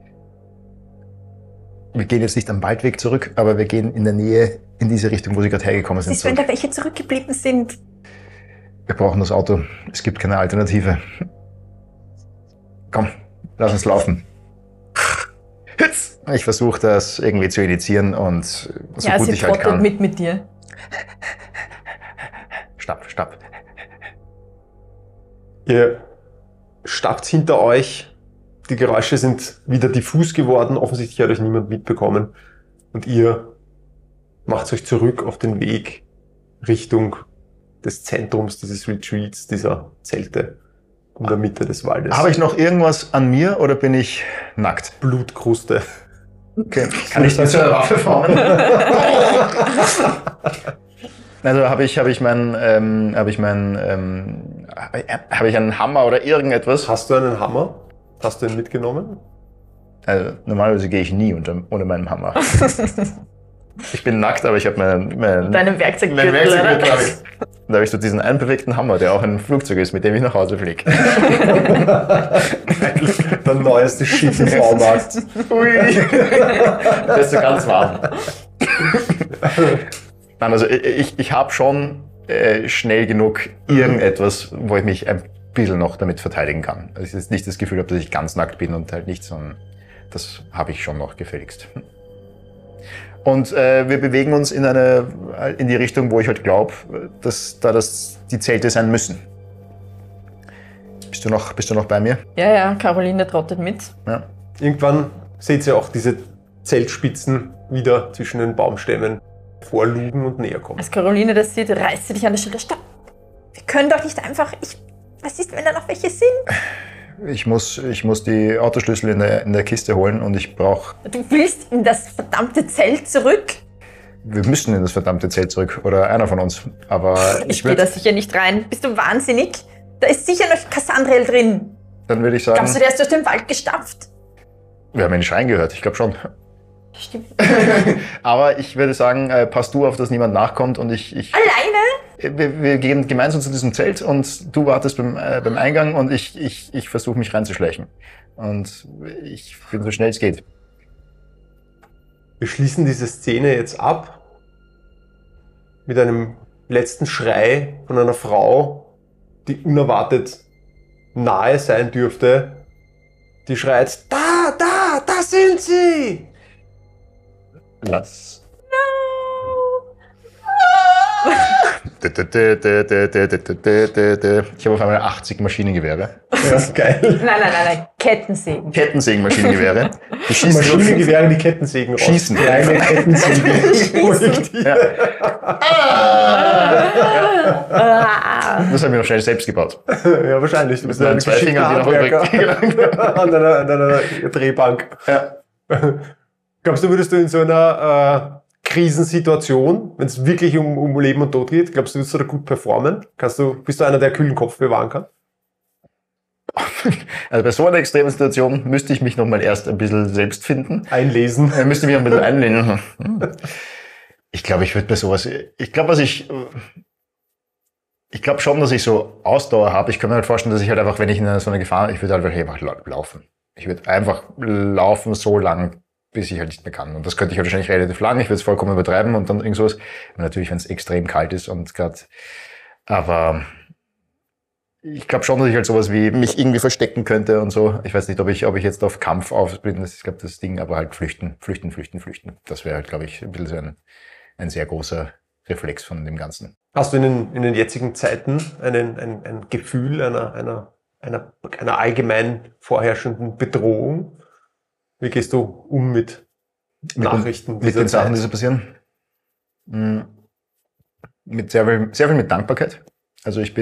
wir gehen jetzt nicht am Waldweg zurück, aber wir gehen in der Nähe in diese Richtung, wo sie gerade hergekommen sind. Siehst du, wenn Zurück. da welche zurückgeblieben sind? Wir brauchen das Auto. Es gibt keine Alternative. Komm, lass uns laufen. Ich versuche das irgendwie zu initiieren und so ja, gut sie ich halt trottet kann. mit dir. Stopp, stopp. Ihr stappt hinter euch. Die Geräusche sind wieder diffus geworden. Offensichtlich hat euch niemand mitbekommen. Und ihr macht euch zurück auf den Weg Richtung des Zentrums dieses Retreats, dieser Zelte in der Mitte des Waldes. Habe ich noch irgendwas an mir oder bin ich nackt? Blutkruste. Okay. Kann ich die zu einer Waffe formen? Also habe ich einen Hammer oder irgendetwas? Hast du einen Hammer? Hast du ihn mitgenommen? Also normalerweise gehe ich nie ohne meinen Hammer. Ich bin nackt, aber ich habe Deinem Werkzeuggürtel, mein Werkzeuggürtel. oder? Da habe ich so diesen einen perfekten Hammer, der auch ein Flugzeug ist, mit dem ich nach Hause fliege. Der neueste Shit im Baumarkt. Ui. Das ist so ganz warm. Nein, also ich habe schon schnell genug irgendetwas, wo ich mich ein bisschen noch damit verteidigen kann. Also ich jetzt nicht das Gefühl habe, dass ich ganz nackt bin und halt nicht, sondern das habe ich schon noch gefälligst. Und wir bewegen uns in die Richtung, wo ich halt glaube, dass da die Zelte sein müssen. Bist du noch bei mir? Ja, ja, Caroline trottet mit. Ja. Irgendwann seht ihr auch diese Zeltspitzen wieder zwischen den Baumstämmen vorlugen und näher kommen. Als Caroline das sieht, reißt sie dich an der Schulter. Stopp! Wir können doch nicht einfach... Was ist, wenn da noch welche sind? Ich muss die Autoschlüssel in der Kiste holen und ich brauche... Du willst in das verdammte Zelt zurück? Wir müssen in das verdammte Zelt zurück. Oder einer von uns. Aber Ich gehe da sicher nicht rein. Bist du wahnsinnig? Da ist sicher noch Cassandriel drin. Dann würde ich sagen... Glaubst du, der ist durch den Wald gestapft? Wir haben ja nicht reingehört, ich glaube schon. Stimmt. Aber ich würde sagen, pass du auf, dass niemand nachkommt und ich Alleine? wir gehen gemeinsam zu diesem Zelt und du wartest beim Eingang und ich versuche mich reinzuschleichen. Und ich bin so schnell es geht. Wir schließen diese Szene jetzt ab mit einem letzten Schrei von einer Frau, die unerwartet nahe sein dürfte. Die schreit, da sind sie! Lass. Ich habe auf einmal 80 Maschinengewehre. Ja, geil. Nein. Kettensägen. Kettensägenmaschinengewehre. Die schießen Maschinengewehre, die Kettensägen raus. Schießen. Kleine Kettensägen. Ja. Ah. Das habe ich noch schnell selbst gebaut. Ja, wahrscheinlich. Du bist Mit meinen ein zwei Fingern, die noch Handwerker an deiner Drehbank. Ja. Glaubst du, würdest du in so einer Krisensituation, wenn es wirklich um Leben und Tod geht, glaubst du, würdest du da gut performen? Bist du einer, der kühlen Kopf bewahren kann? Also bei so einer extremen Situation müsste ich mich nochmal erst ein bisschen selbst finden. Einlesen. Müsste mich ein bisschen einlehnen. Ich glaube, ich würde bei sowas, ich glaube schon, dass ich so Ausdauer habe. Ich kann mir halt vorstellen, dass ich halt einfach, wenn ich in so einer Gefahr, ich würde halt einfach laufen. Ich würde einfach laufen so lang, bis ich halt nicht mehr kann. Und das könnte ich halt wahrscheinlich relativ lang. Ich würde es vollkommen übertreiben und dann irgend sowas. Und natürlich, wenn es extrem kalt ist und gerade, aber ich glaube schon, dass ich halt sowas wie mich irgendwie verstecken könnte und so. Ich weiß nicht, ob ich jetzt auf Kampf aus bin, das ist, ich glaube, das Ding, aber halt flüchten. Das wäre halt, glaube ich, ein bisschen so ein sehr großer Reflex von dem Ganzen. Hast du in den jetzigen Zeiten ein Gefühl einer allgemein vorherrschenden Bedrohung? Wie gehst du um mit Nachrichten mit den Sachen, die so passieren? Mit sehr viel mit Dankbarkeit. Also ich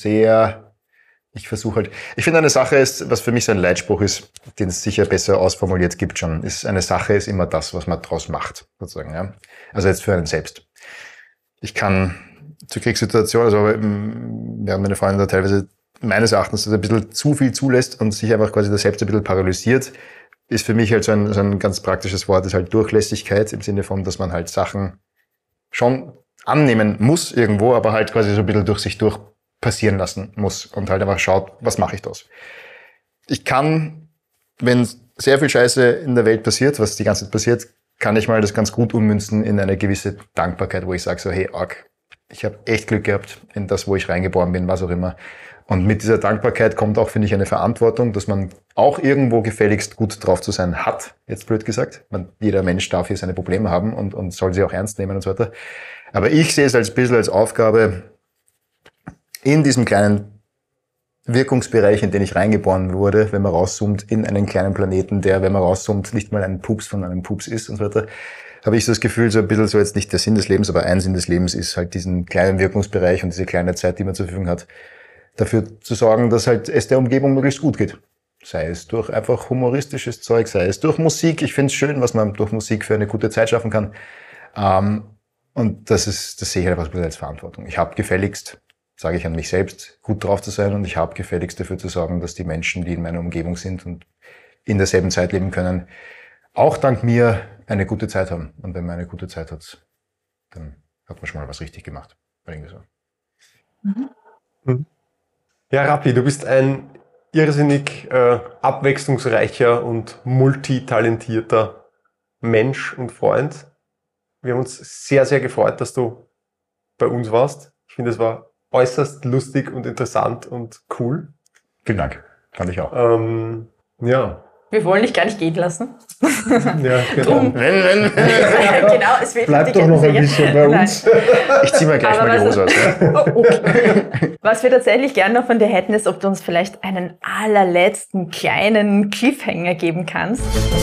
finde eine Sache ist, was für mich so ein Leitspruch ist, den es sicher besser ausformuliert gibt schon, ist, eine Sache ist immer das, was man draus macht, sozusagen, ja. Also jetzt für einen selbst. Ich kann zur Kriegssituation, also während meine Freundin da teilweise meines Erachtens das ein bisschen zu viel zulässt und sich einfach quasi da selbst ein bisschen paralysiert, ist für mich halt so ein ganz praktisches Wort, ist halt Durchlässigkeit im Sinne von, dass man halt Sachen schon annehmen muss irgendwo, aber halt quasi so ein bisschen durch sich durch passieren lassen muss und halt einfach schaut, was mache ich daraus. Ich kann, wenn sehr viel Scheiße in der Welt passiert, was die ganze Zeit passiert, kann ich mal das ganz gut ummünzen in eine gewisse Dankbarkeit, wo ich sage so, hey, arg, ich habe echt Glück gehabt in das, wo ich reingeboren bin, was auch immer. Und mit dieser Dankbarkeit kommt auch, finde ich, eine Verantwortung, dass man auch irgendwo gefälligst gut drauf zu sein hat, jetzt blöd gesagt. Jeder Mensch darf hier seine Probleme haben und soll sie auch ernst nehmen und so weiter. Aber ich sehe es als bisschen als Aufgabe, in diesem kleinen Wirkungsbereich, in den ich reingeboren wurde, wenn man rauszoomt, in einen kleinen Planeten, der, wenn man rauszoomt, nicht mal ein Pups von einem Pups ist und so weiter, habe ich so das Gefühl, so ein bisschen so jetzt nicht der Sinn des Lebens, aber ein Sinn des Lebens ist halt diesen kleinen Wirkungsbereich und diese kleine Zeit, die man zur Verfügung hat, dafür zu sorgen, dass halt es der Umgebung möglichst gut geht. Sei es durch einfach humoristisches Zeug, sei es durch Musik. Ich finde es schön, was man durch Musik für eine gute Zeit schaffen kann. Und das sehe ich halt einfach als Verantwortung. Ich habe gefälligst, sage ich an mich selbst, gut drauf zu sein und ich habe gefälligst dafür zu sorgen, dass die Menschen, die in meiner Umgebung sind und in derselben Zeit leben können, auch dank mir eine gute Zeit haben. Und wenn man eine gute Zeit hat, dann hat man schon mal was richtig gemacht. Irgendwie so. Mhm. Ja, Rappi, du bist ein irrsinnig abwechslungsreicher und multitalentierter Mensch und Freund. Wir haben uns sehr, sehr gefreut, dass du bei uns warst. Ich finde, es war äußerst lustig und interessant und cool. Vielen Dank. Fand ich auch. Ja. Wir wollen dich gar nicht gehen lassen. Ja, genau. Genau, es wird Bleib doch noch ein bisschen bei uns. Ich ziehe mir gleich mal die Hose aus. Ja? Oh, okay. Was wir tatsächlich gerne noch von dir hätten, ist, ob du uns vielleicht einen allerletzten kleinen Cliffhanger geben kannst.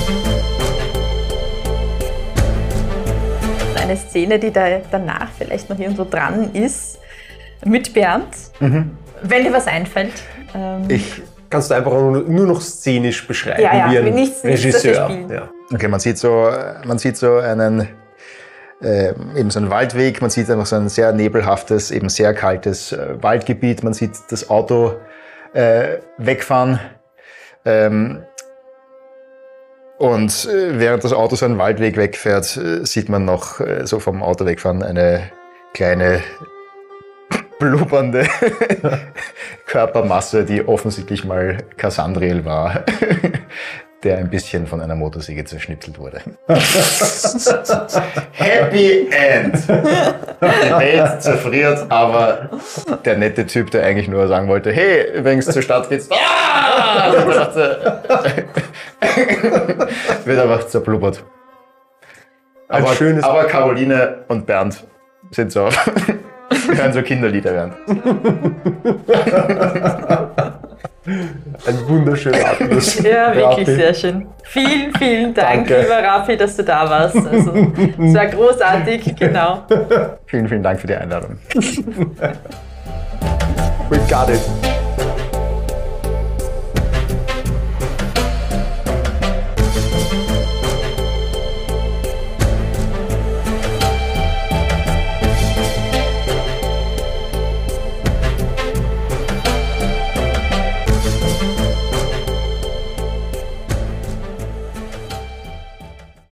Eine Szene, die da danach vielleicht noch irgendwo dran ist, mit Bernd. Wenn dir was einfällt. Kannst du einfach nur noch szenisch beschreiben, wie ein nichts, Regisseur. Ja. Okay, man sieht so einen, eben so einen Waldweg, man sieht einfach so ein sehr nebelhaftes, eben sehr kaltes Waldgebiet, man sieht das Auto wegfahren und während das Auto so einen Waldweg wegfährt, sieht man noch so vom Auto wegfahren eine kleine blubbernde Körpermasse, die offensichtlich mal Cassandriel war, der ein bisschen von einer Motorsäge zerschnitzelt wurde. Happy End! Die Welt zerfriert, aber der nette Typ, der eigentlich nur sagen wollte, hey, übrigens zur Stadt geht's, wird einfach zerblubbert. Aber Caroline und Bernd sind so... hören so Kinderlieder werden. Ein wunderschöner Abschluss. Ja, wirklich Rappi. sehr schön. Vielen, vielen Dank, Danke. lieber Rappi, dass du da warst. Also, es war großartig, genau. Vielen, vielen Dank für die Einladung. We got it.